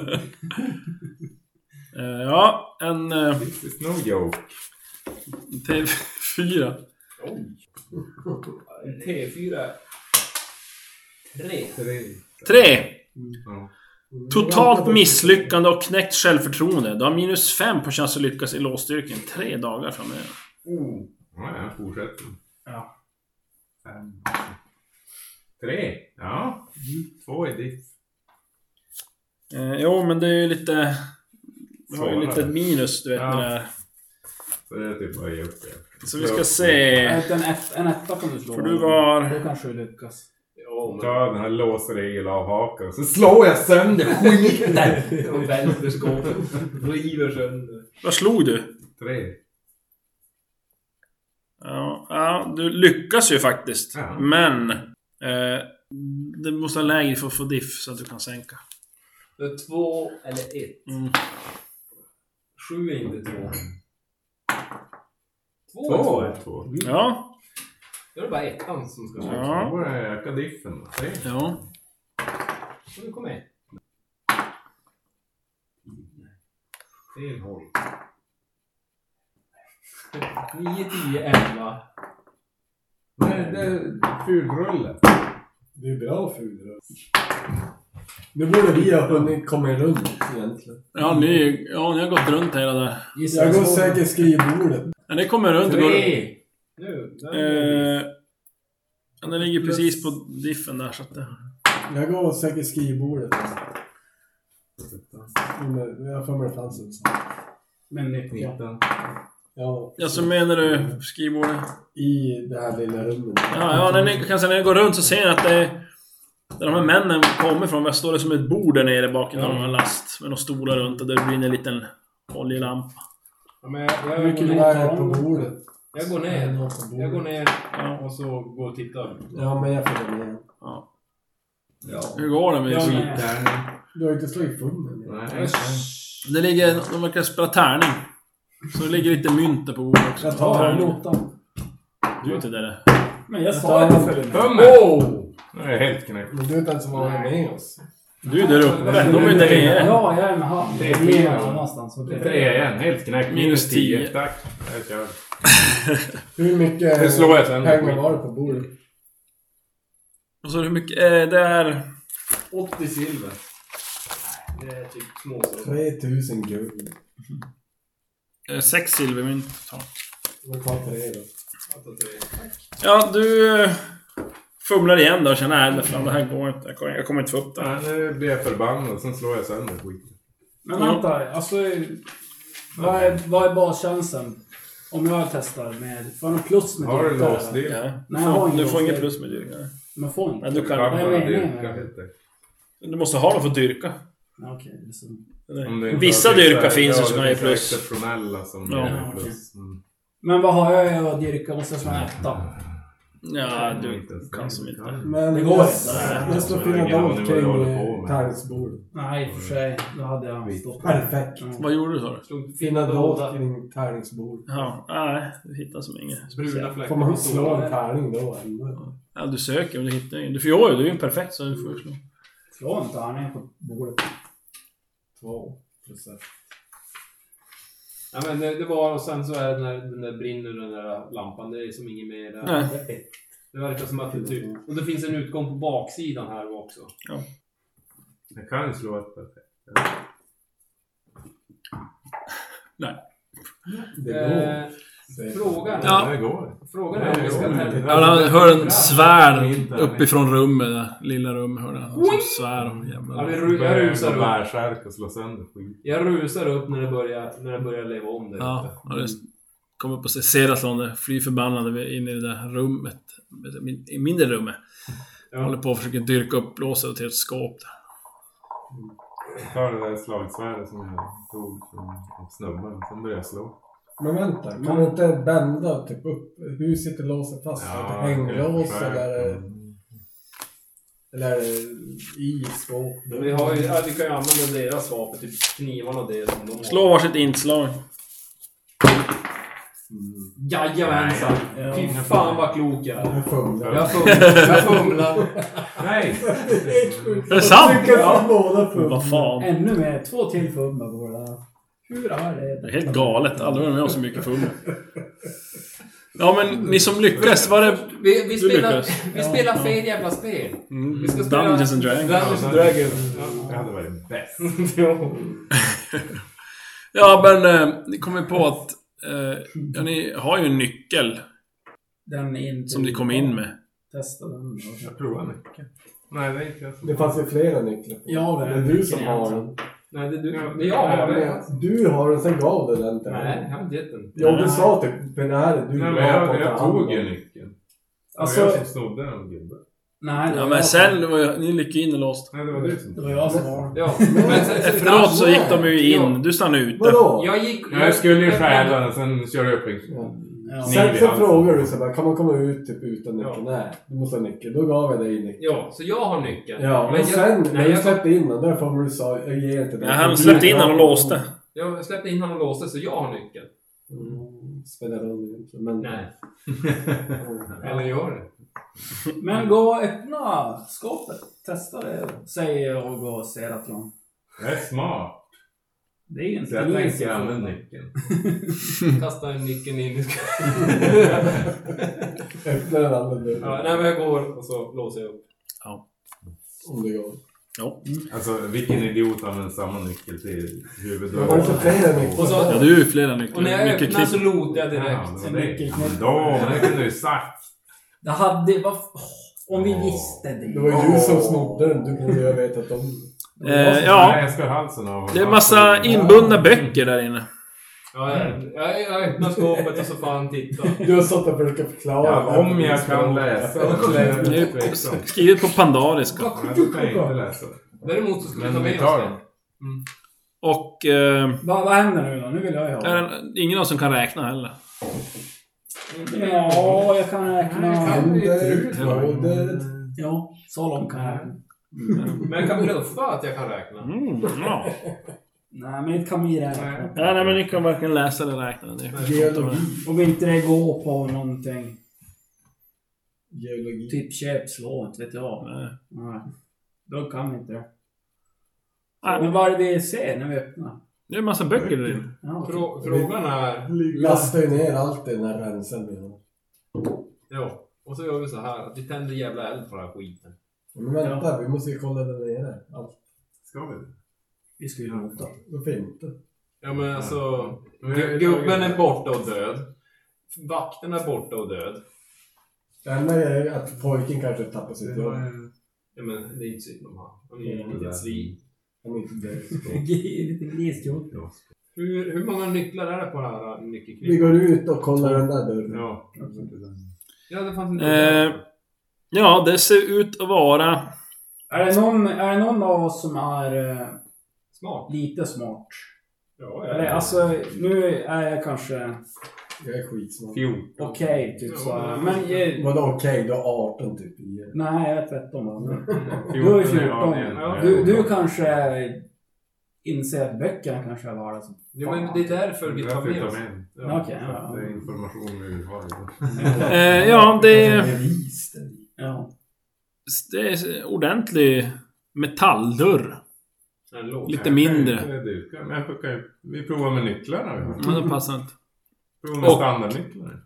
Ja, en It's no joke. T4. T4. 3. Ja. Totalt misslyckande och knäckt självförtroende. Du har -5 på chans att lyckas i låsstyrkan 3 dagar framöver. Ja, jag fortsätter. Ja. 5. 3. Ja. 2 är ditt. Jo, men det är ju lite... Du har ju lite minus, du vet, Ja. när det är. Så det är typ vad jag gör upp det. Så vi ska se. En etta kan du slå. För du var... Då kanske du lyckas. Ta den här låsregel av hakan så slår jag sönder skiten. Och välter skåpet. River sönder. Vad slog du? 3. Ja, du lyckas ju faktiskt. Ja. Men... du måste ha lägre för att få diff så att du kan sänka. Det är 2 eller 1. 7 är inte 2. 2 är 2. Ja. Då är det bara ettan som ska slå. Ja. Då börjar jag öka diffen. 3. Ja. Så du kommer med. Fel håll. 9, 10, 11. Nej, det är fulrulle. Det är bra fulröst. Nu borde vi ha hunnit komma runt egentligen. Ja, ni har gått runt hela där. Jag går säkert skrivbordet. Ja, ni kommer runt och går... 3. Nu. Den ligger precis på diffen där så att det... Jag går och söker skrivbordet. Jag får med fansen. Men nyckeln. Ja, så menar du skrivbordet? I det här lilla rummet. Ja, när ni går runt så ser ni att det... Där de här männen kommer ifrån, där står det som ett bord där nere bakom de här last. Med några stolar runt och där blir en liten oljelampa. Ja, men jag mycket är på bordet. Jag går ner och så går och tittar. Ja, men jag får ner. Ja. Hur går det med skitärning? Du har inte slagit fummen. Nej. Det ligger, de verkar spela tärning. Så det ligger lite mynt där på bordet också. Jag tar notan. Du är inte där. Men jag sa inte för det. Jag är helt knäckt. Men du är inte ens var med oss. Du är där uppe. De är där nere. Ja, jag är med han. Det är 3 någonstans. Det är 3 igen. Helt knäckt. Minus 10. Tack. Jag kör. Hur mycket det slår jag sen. Pengar var det på bordet? Och så hur mycket... det är... 80 silver. Det är typ små. 3000 guld. 6 silvermynt totalt. Jag tar 3 då. Ja, du fumlar igen då och känner att det här går inte. Jag kommer inte få upp det. Nej, nu blir jag förbannad och sen slår jag sönder skiten. Men vänta, alltså vad är baschansen? Om jag testar med... Får jag plus med har du låst det? Ja. Nej, du får inget plus med dyrka. Man får inte. Nej, du kan dyrka. Du måste ha dem för att dyrka. Okej, det är så. Vissa dyrka finns ju som är plus. Exceptionella som är plus. Men vad har jag att dyrka? Måste jag slå en 8? Ja, du kan som inte. Men det går inte. Det står fina dolt kring tärningsbordet. Nej, i och för sig. Då hade jag stått. Perfekt. Vad gjorde du så? Fina dolt kring tärningsbordet. Ja, nej, du hittar som inget. Får man slå en tärning då? Ja, du söker men du hittar ingen. Du får ju en perfekt så du får slå. Slå en tärning på bordet. 2%. Ja, men det var, och sen så är det när den där brinner den där lampan, det är som inget mer där. Nej. Det verkar som att det typ... Och det finns en utgång på baksidan här också. Ja. Jag kan slå ett perfekt. Nej. Det går. Frågan Ja, det går. Frågan är om vi ska han hör en svärd uppifrån rummet där. Lilla rummet hör han. Som svär och jävla. Ja, jag rusar upp. Bärskärk och slå sönder skit. Jag rusar upp när det börjar leva om det. Ja, och det kommer upp och ser att de flyr förbannade in i det där rummet. I mindre rummet. Ja. Håller på att försöka dyrka upp låset till ett skåp där. Jag tar det där slagsvärdet som jag tog av snubben. Sen börjar jag slå. Men vänta, kan du inte bända typ upp? Hur sitter låset fast? Ja, hänglås eller i skåp? Vi kan ju använda deras vapen, typ knivarna och det som de har. Slå varsitt inslag. Jajamensan! Fy fan vad klok jag är. Jag fumlar. Nej! Är det sant? Ja. Vad fan? Ännu mer, 2 till fumlar båda. Hur är det? Det är helt galet. Aldrig varit med om så mycket fumlar. Ja, men ni som lyckas, var det... Vi spelar fel jävla spel. Vi ska spela Dungeons and Dragons. Det hade varit bäst. Ja, men ni kommer på att ni har ju en nyckel den in som ni kom in med. Testa den. Jag provar nyckeln. Nej, det är inte jag. Det fanns ju flera nycklar. Ja, det är du som har den. Nej, det är du. Det jag har den. Du har den, sen gav du den till mig. Nej, jag har inte gett den. Ja, du sa typ, men det här är du. Nej, men jag tog ju nyckeln. Alltså, jag som snodde den, gubben. Nej, ja, men sen ni lyckades in och låst. Nej, det var du som det var jag som var. Ja. Efteråt så gick de ju in. Du stannade ute. Vadå? Jag skulle ju stjäla den, sen körde jag upp en... Ja. Sen frågar du så bara, kan man komma ut typ utan nyckeln? Ja. Nej, du måste ha nyckeln. Då gav jag dig nyckeln. Ja, så jag har nyckeln. Ja, men sen när jag släppte in den, därför var du sa, jag ger inte den. Ja, han släppte in den och låste. Jag släppte in han och låste, så jag har nyckeln. Spelar roll inte, men... Nej. Eller gör det. Men gå och öppna skåpet. Testa det, säger jag och går och ser att de... Det är smart. Det är ju inte... Så jag tänker använda nyckeln. Kasta nyckeln in i Öppna den andra. Ja, nej, men jag går och så låser jag upp. Ja. Om det går. Ja. Alltså, vilken idiot använder samma nyckel till huvudet? Det var inte flera nycklar. Ja, du är ju flera nycklar. Och när jag öppnar så lotar jag direkt. Ja, men det kunde du ju sagt. Det hade... Om vi visste det. Det var ju du som snodde den. Du borde ju ha vetat om det. Nej, jag ska halsen av. Det är massa inbundna böcker där inne. Ja, jag öppnar skåpet och så får han titta. Du har stått och försökt förklara. Ja, om jag kan läsa. Det är skrivet på pandariska. Jag kan inte läsa. Däremot så ska vi ta Men vi med tar oss den. den. Och... Vad händer nu då? Nu vill jag ju ha. är det ingen av oss som kan räkna heller. Ja, jag kan räkna. Händer. Ja, så långt kan jag räkna. Men jag kan bluffa att jag kan räkna. Ja. Nej, men inte kan vi räkna. Nej, men ni kan varken läsa eller räkna. Geologi. Om inte det går på någonting. Geologi. Typ köpslå, inte vet jag. Nej. Då kan vi inte det. Men vad är det vi ser när vi öppnar? Det är en massa böcker där inne. Ja. Frågan är... Lasta ju ner allt i den här rensen med. Ja, och så gör vi så här att vi tänder jävla eld på den här skiten. Men vänta, vi måste ju kolla där nere. Allt. Ska vi? Vi ska ju låta. Varför inte? Ja, men alltså... Gubben är borta och död. Vakten är borta och död. Det enda är att pojken kanske tappar sitt jobb. Ja, men det är inte synd om han. Han är ju ett svin. Han är inte död. Lite grisjobb. Hur många nycklar är det på den här Vi nyckelknippen? går ut och kollar den där dörren. Ja. Ja, det fanns inte. Ja, det ser ut att vara... Är det någon av oss som är Smart. lite smart? Ja, Eller alltså, nu är jag kanske Jag är skitsmart. 14. okej, typ så här. Men Vadå okej? Du har 18 typ. nej, jag är 13 då. Du är 14. Ja, Du kanske inser att böckerna kanske är värda som Ja, men det är därför vi tar med oss. Ja, okej, ja. Det är information vi vill ha. Ja, det Bevis. Ja. är ordentlig metalldörr. Lite mindre. Men vi provar med nycklarna. Men det passar inte. Provar med standardnycklar.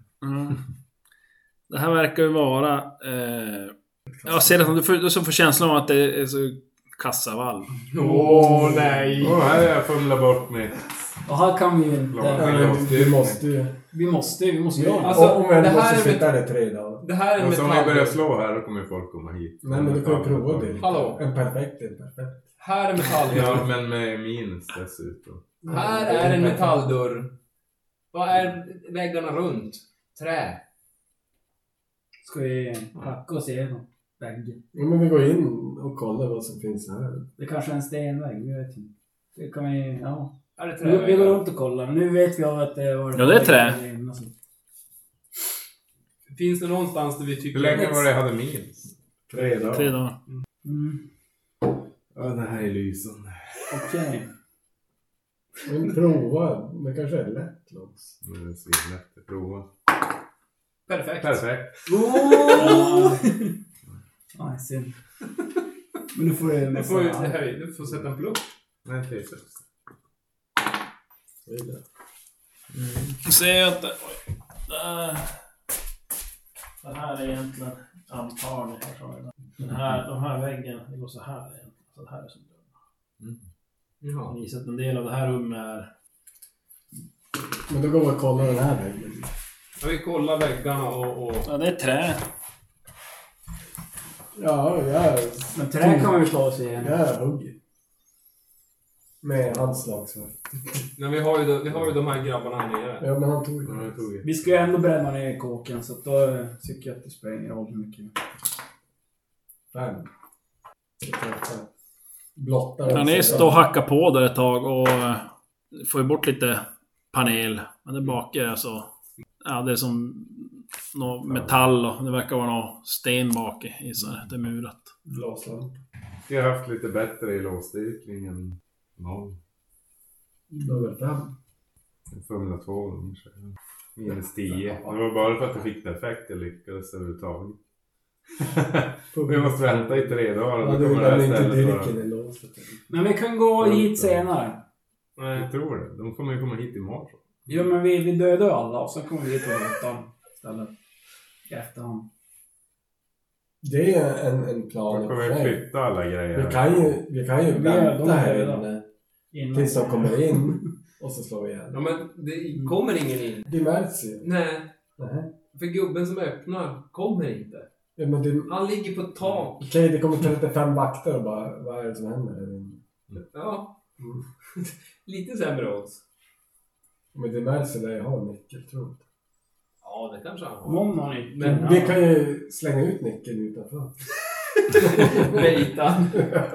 Det här verkar ju vara... jag ser att du får känslan av att det är så kassavalv. Nej! Här är jag fumlar bort mitt. Och här kan vi ju inte... Vi måste ju. Vi måste göra Alltså, om vi det här måste är sitta där 3 dagar. Det här är Och så om vi börjar metall. slå här, då kommer folk komma hit. Nej, men du kan ju prova det. Hallå? En perfekt. Här är metall. Ja, men med minus dessutom. Här är en metalldörr. Vad är väggarna runt? Trä. Ska vi hacka och se någon vägg? Ja, men vi går in och kollar vad som finns här. Det kanske är en stenvägg, vi vet inte. Det kan vi... Ja. Är det trä? Vi går runt och kollar. Nu vet vi att det var... Ja, det är trä. Finns det någonstans där vi tycker... Hur länge var det jag hade minus? 3 dagar. 3 dagar. Ja, det här är lysande. Okej. Men prova. Det kanske är lätt. Låts. Det är svinlätt att prova. Perfekt. Perfekt. Nej, synd. Men nu får du... Du får sätta en plupp. Nej, det är så. Se att... Det här är egentligen antagligen. De här väggen, det går så här egentligen. Så det här är som dörren. Ja. Ni visar att en del av det här rummet är... Men då går vi och kollar den här väggen. Ja, vi kollar väggarna och... Ja, det är trä. Ja. Men trä kan man ju ta sig igen. Jag hugger. Med handslagsverk. Men vi har ju de här grabbarna här nere. Ja, men han tog ju. Vi ska ju ändå bränna ner kåken, så att då tycker jag att det spelar ingen roll hur mycket. 5. Blottar. Ja, ni står och hackar på där ett tag och får ju bort lite panel. Men det bak är alltså... Ja, det är som något metall och det verkar vara något sten bak i så här. Det är murat. Glaslamp. Vi har haft lite bättre i låsstyrkning än 0. Nummer 5. Jag fumlade 2 gånger. Minus 10. Det var bara för att jag fick det effekt jag lyckades överhuvudtaget. Vi måste vänta i 3 dagar. Ja, du vill inte dirken i låset. Men vi kan gå hit senare. Nej, jag tror det. De kommer ju komma hit imorgon. Jo, men vi dödar alla och så kommer vi hit och rättar istället. I efterhand. Det är en plan. Då kommer vi flytta alla grejer. Vi kan ju vänta här inne. Tills de kommer in. Och så slår vi igen. Ja, men det kommer ingen in. Det märks ju. Nej. För gubben som öppnar kommer inte. Ja, men han ligger på ett tak. Okej, det kommer 35 vakter och bara, vad är det som händer? Ja. Lite sämre odds. Men det märks där jag har nyckel, tror jag. Ja, det kanske han har. Någon har nyckeln. Men vi kan ju slänga ut nyckeln utanför. Vejtan.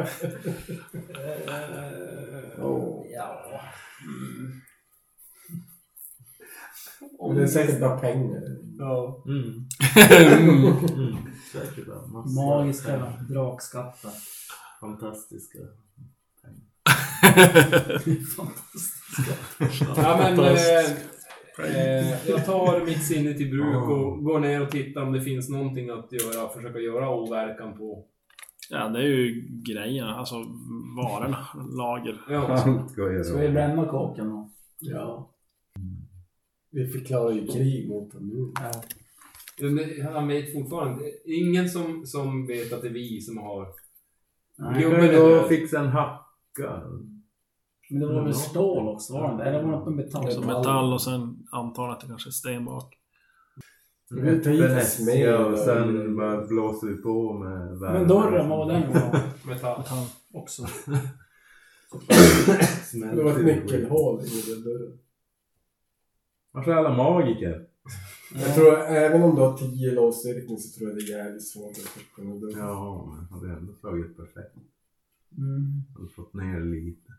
Ja. Och det är säkert bara pengar. Ja. Säkert magiska drakskattar. Fantastiska. Ja, men jag tar mitt sinne till bruk och går ner och tittar om det finns någonting att göra, försöka göra åverkan på. Ja, det är ju grejerna, alltså varorna, lager. Ja. Ska vi bränna kåken då? Ja. Vi förklarar ju krig mot dem nu. Ja. Han vet fortfarande. Ingen som vet att det är vi som har... Vi kan ju då fixa en hacka. Men det var väl stål också, var det? Eller var det något med metall? Så metall och sen antar att det kanske är stenbart. Vi tar hit smed och sen bara blåser vi på med värme. Men dörren var den var metall också. Det var ett nyckelhål i den dörren. Varför är alla magiker? Jag tror även om du har 10 låsstyrkning så tror jag det är jävligt svårt att öppna dörren. Ja, men hade ändå slagit perfekt. Hade fått ner lite.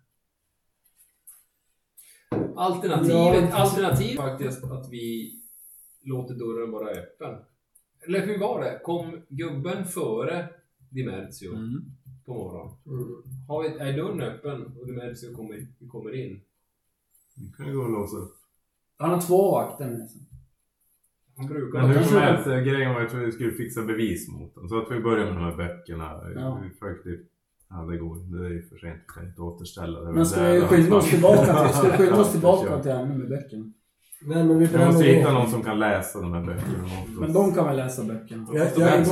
Alternativ faktiskt att vi låter dörren vara öppen. Eller hur var det? Kom gubben före Dimertio på morgonen? Är dörren öppen och Dimertio kommer in? Vi kan ju gå och låsa upp. Han har 2 vakter med sig. Han brukar... Men hur som helst, grejen var att vi skulle fixa bevis mot dem. Så att vi började med de här böckerna. Ja. Vi försökte... Ja, det går. Det är ju för sent. Vi kan inte återställa det. Men ska vi skynda oss tillbaka till henne med böckerna? Nej, men vi måste hitta någon som kan läsa de här böckerna. Men de kan väl läsa böckerna? De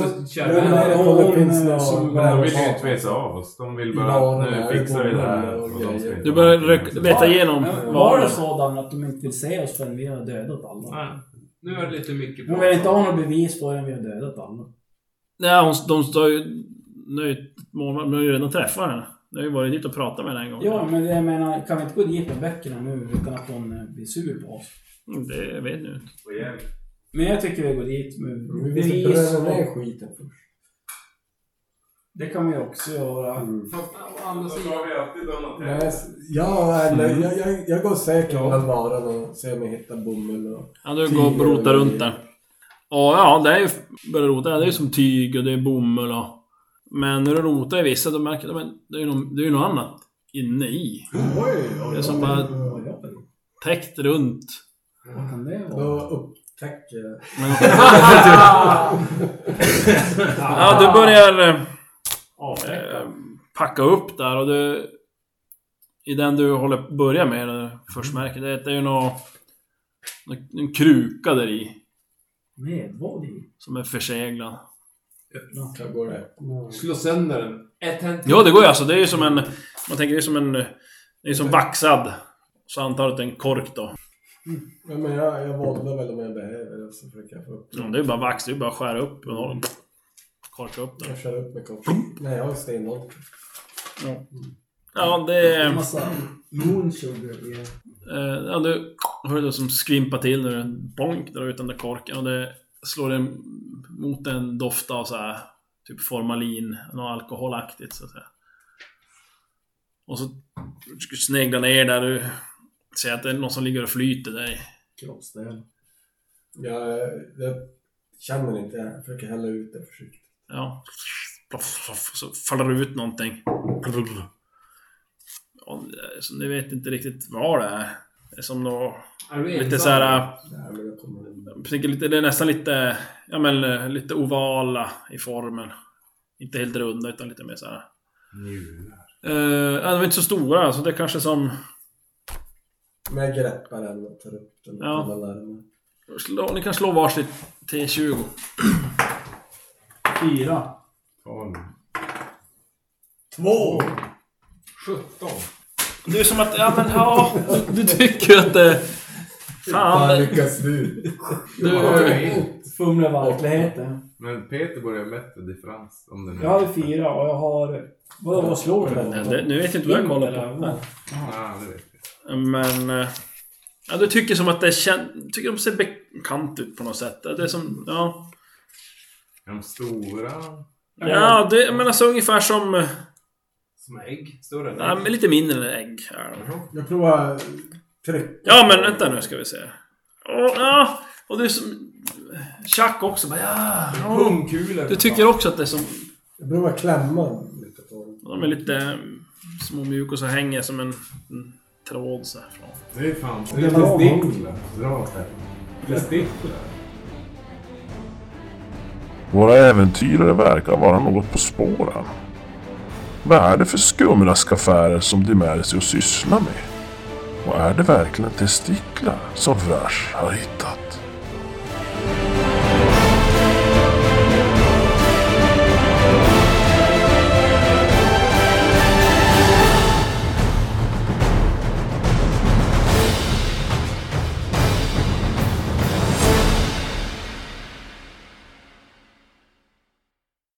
vill ju inte veta av oss. De vill bara, nu fixar vi det här. Du börjar veta igenom. Var det sådan att de inte vill se oss förrän vi har dödat alla? Nej. Nu är det lite mycket på. De vill inte ha något bevis förrän vi har dödat alla. Nej, de står ju... Nu har ju redan träffat henne. Nu har ju varit dit och pratat med henne en gång. Ja, men jag menar, kan vi inte gå dit med böckerna nu utan att de blir sur på oss? Det vet jag inte. Men jag tycker vi går dit med bevis. Vi måste pröva ner skiten först. Det kan vi också göra. Jag går säkert bland varan och ser om jag hittar bomull och... Ja, du går och rotar runt där. Och ja, det är ju... Börjar rota, det är ju som tyg och det är bomull och... Men när du rotar i vissa, då märker du att det är ju något annat inne i. Det är som bara täckt runt. Vad kan det vara? Då upptäcker jag. Ja, du börjar packa upp där och du... I den du börjar med först märker det är ju en kruka där i. Med vad i? Som är förseglad. Öppna, går det. Slå sönder den. Ja, det går ju alltså. Det är ju som en... Man tänker det är som en... Det är som vaxad. Så antar jag att det är en kork då. Ja, men jag våldar väl om jag behöver. Så försöker jag få upp det. Ja, det är ju bara vax. Det är ju bara att skära upp. Och korka upp det. Jag skär upp med kork. Nej, jag har stenholk. Ja. Ja, det är... En massa moonsugar. Ja, du hör det som skvimpar till när du bonk drar ut den där korken. Och det slår en mot en doft av så här typ formalin, något alkoholaktigt så att säga. Och så sneglar ner där du ser att det är någon som ligger och flyter där i kroppsdel. Jag känner inte, jag försöker hälla ut det försiktigt. Ja. Så faller det ut någonting. Ja, så ni vet inte riktigt vad det är. Det är som något lite så här. Det är nästan lite, ja men lite ovala i formen. Inte helt runda utan lite mer så här. De är inte så stora, alltså det är kanske som... Men jag greppar den och tar upp den. Ja. Ni kan slå varsitt T20. 4. 2. 17. Det är som att, ja men ja, du tycker att det Fan, lyckas du? Fumlar verkligheten. Men Peter börjar bättre differens. Om det nu Jag hade 4 och jag har... Vad slår det? nu vet jag inte vad jag kollar på. Ja, det vet jag. Men... Ja, du tycker som att det tycker de ser bekant ut på något sätt. Det är som... Ja. De stora... Ja, det men alltså ungefär som... Som ägg? Större än ägg? Ja, men lite mindre än ägg. Jag provar tryck. Ja, men vänta nu ska vi se. Och du som... Chuck också bara, Pungkulor. Du tycker också att det är som... Jag provar klämma lite på dem. De är lite små mjuk och så hänger som en tråd så här från. Det är fan... Det är testiklar. Bra här. Testiklar. Våra äventyrare verkar vara något på spåren. Vad är det för skumraskaffärer som de med sig att syssla med? Och är det verkligen testiklar som Vrash har hittat?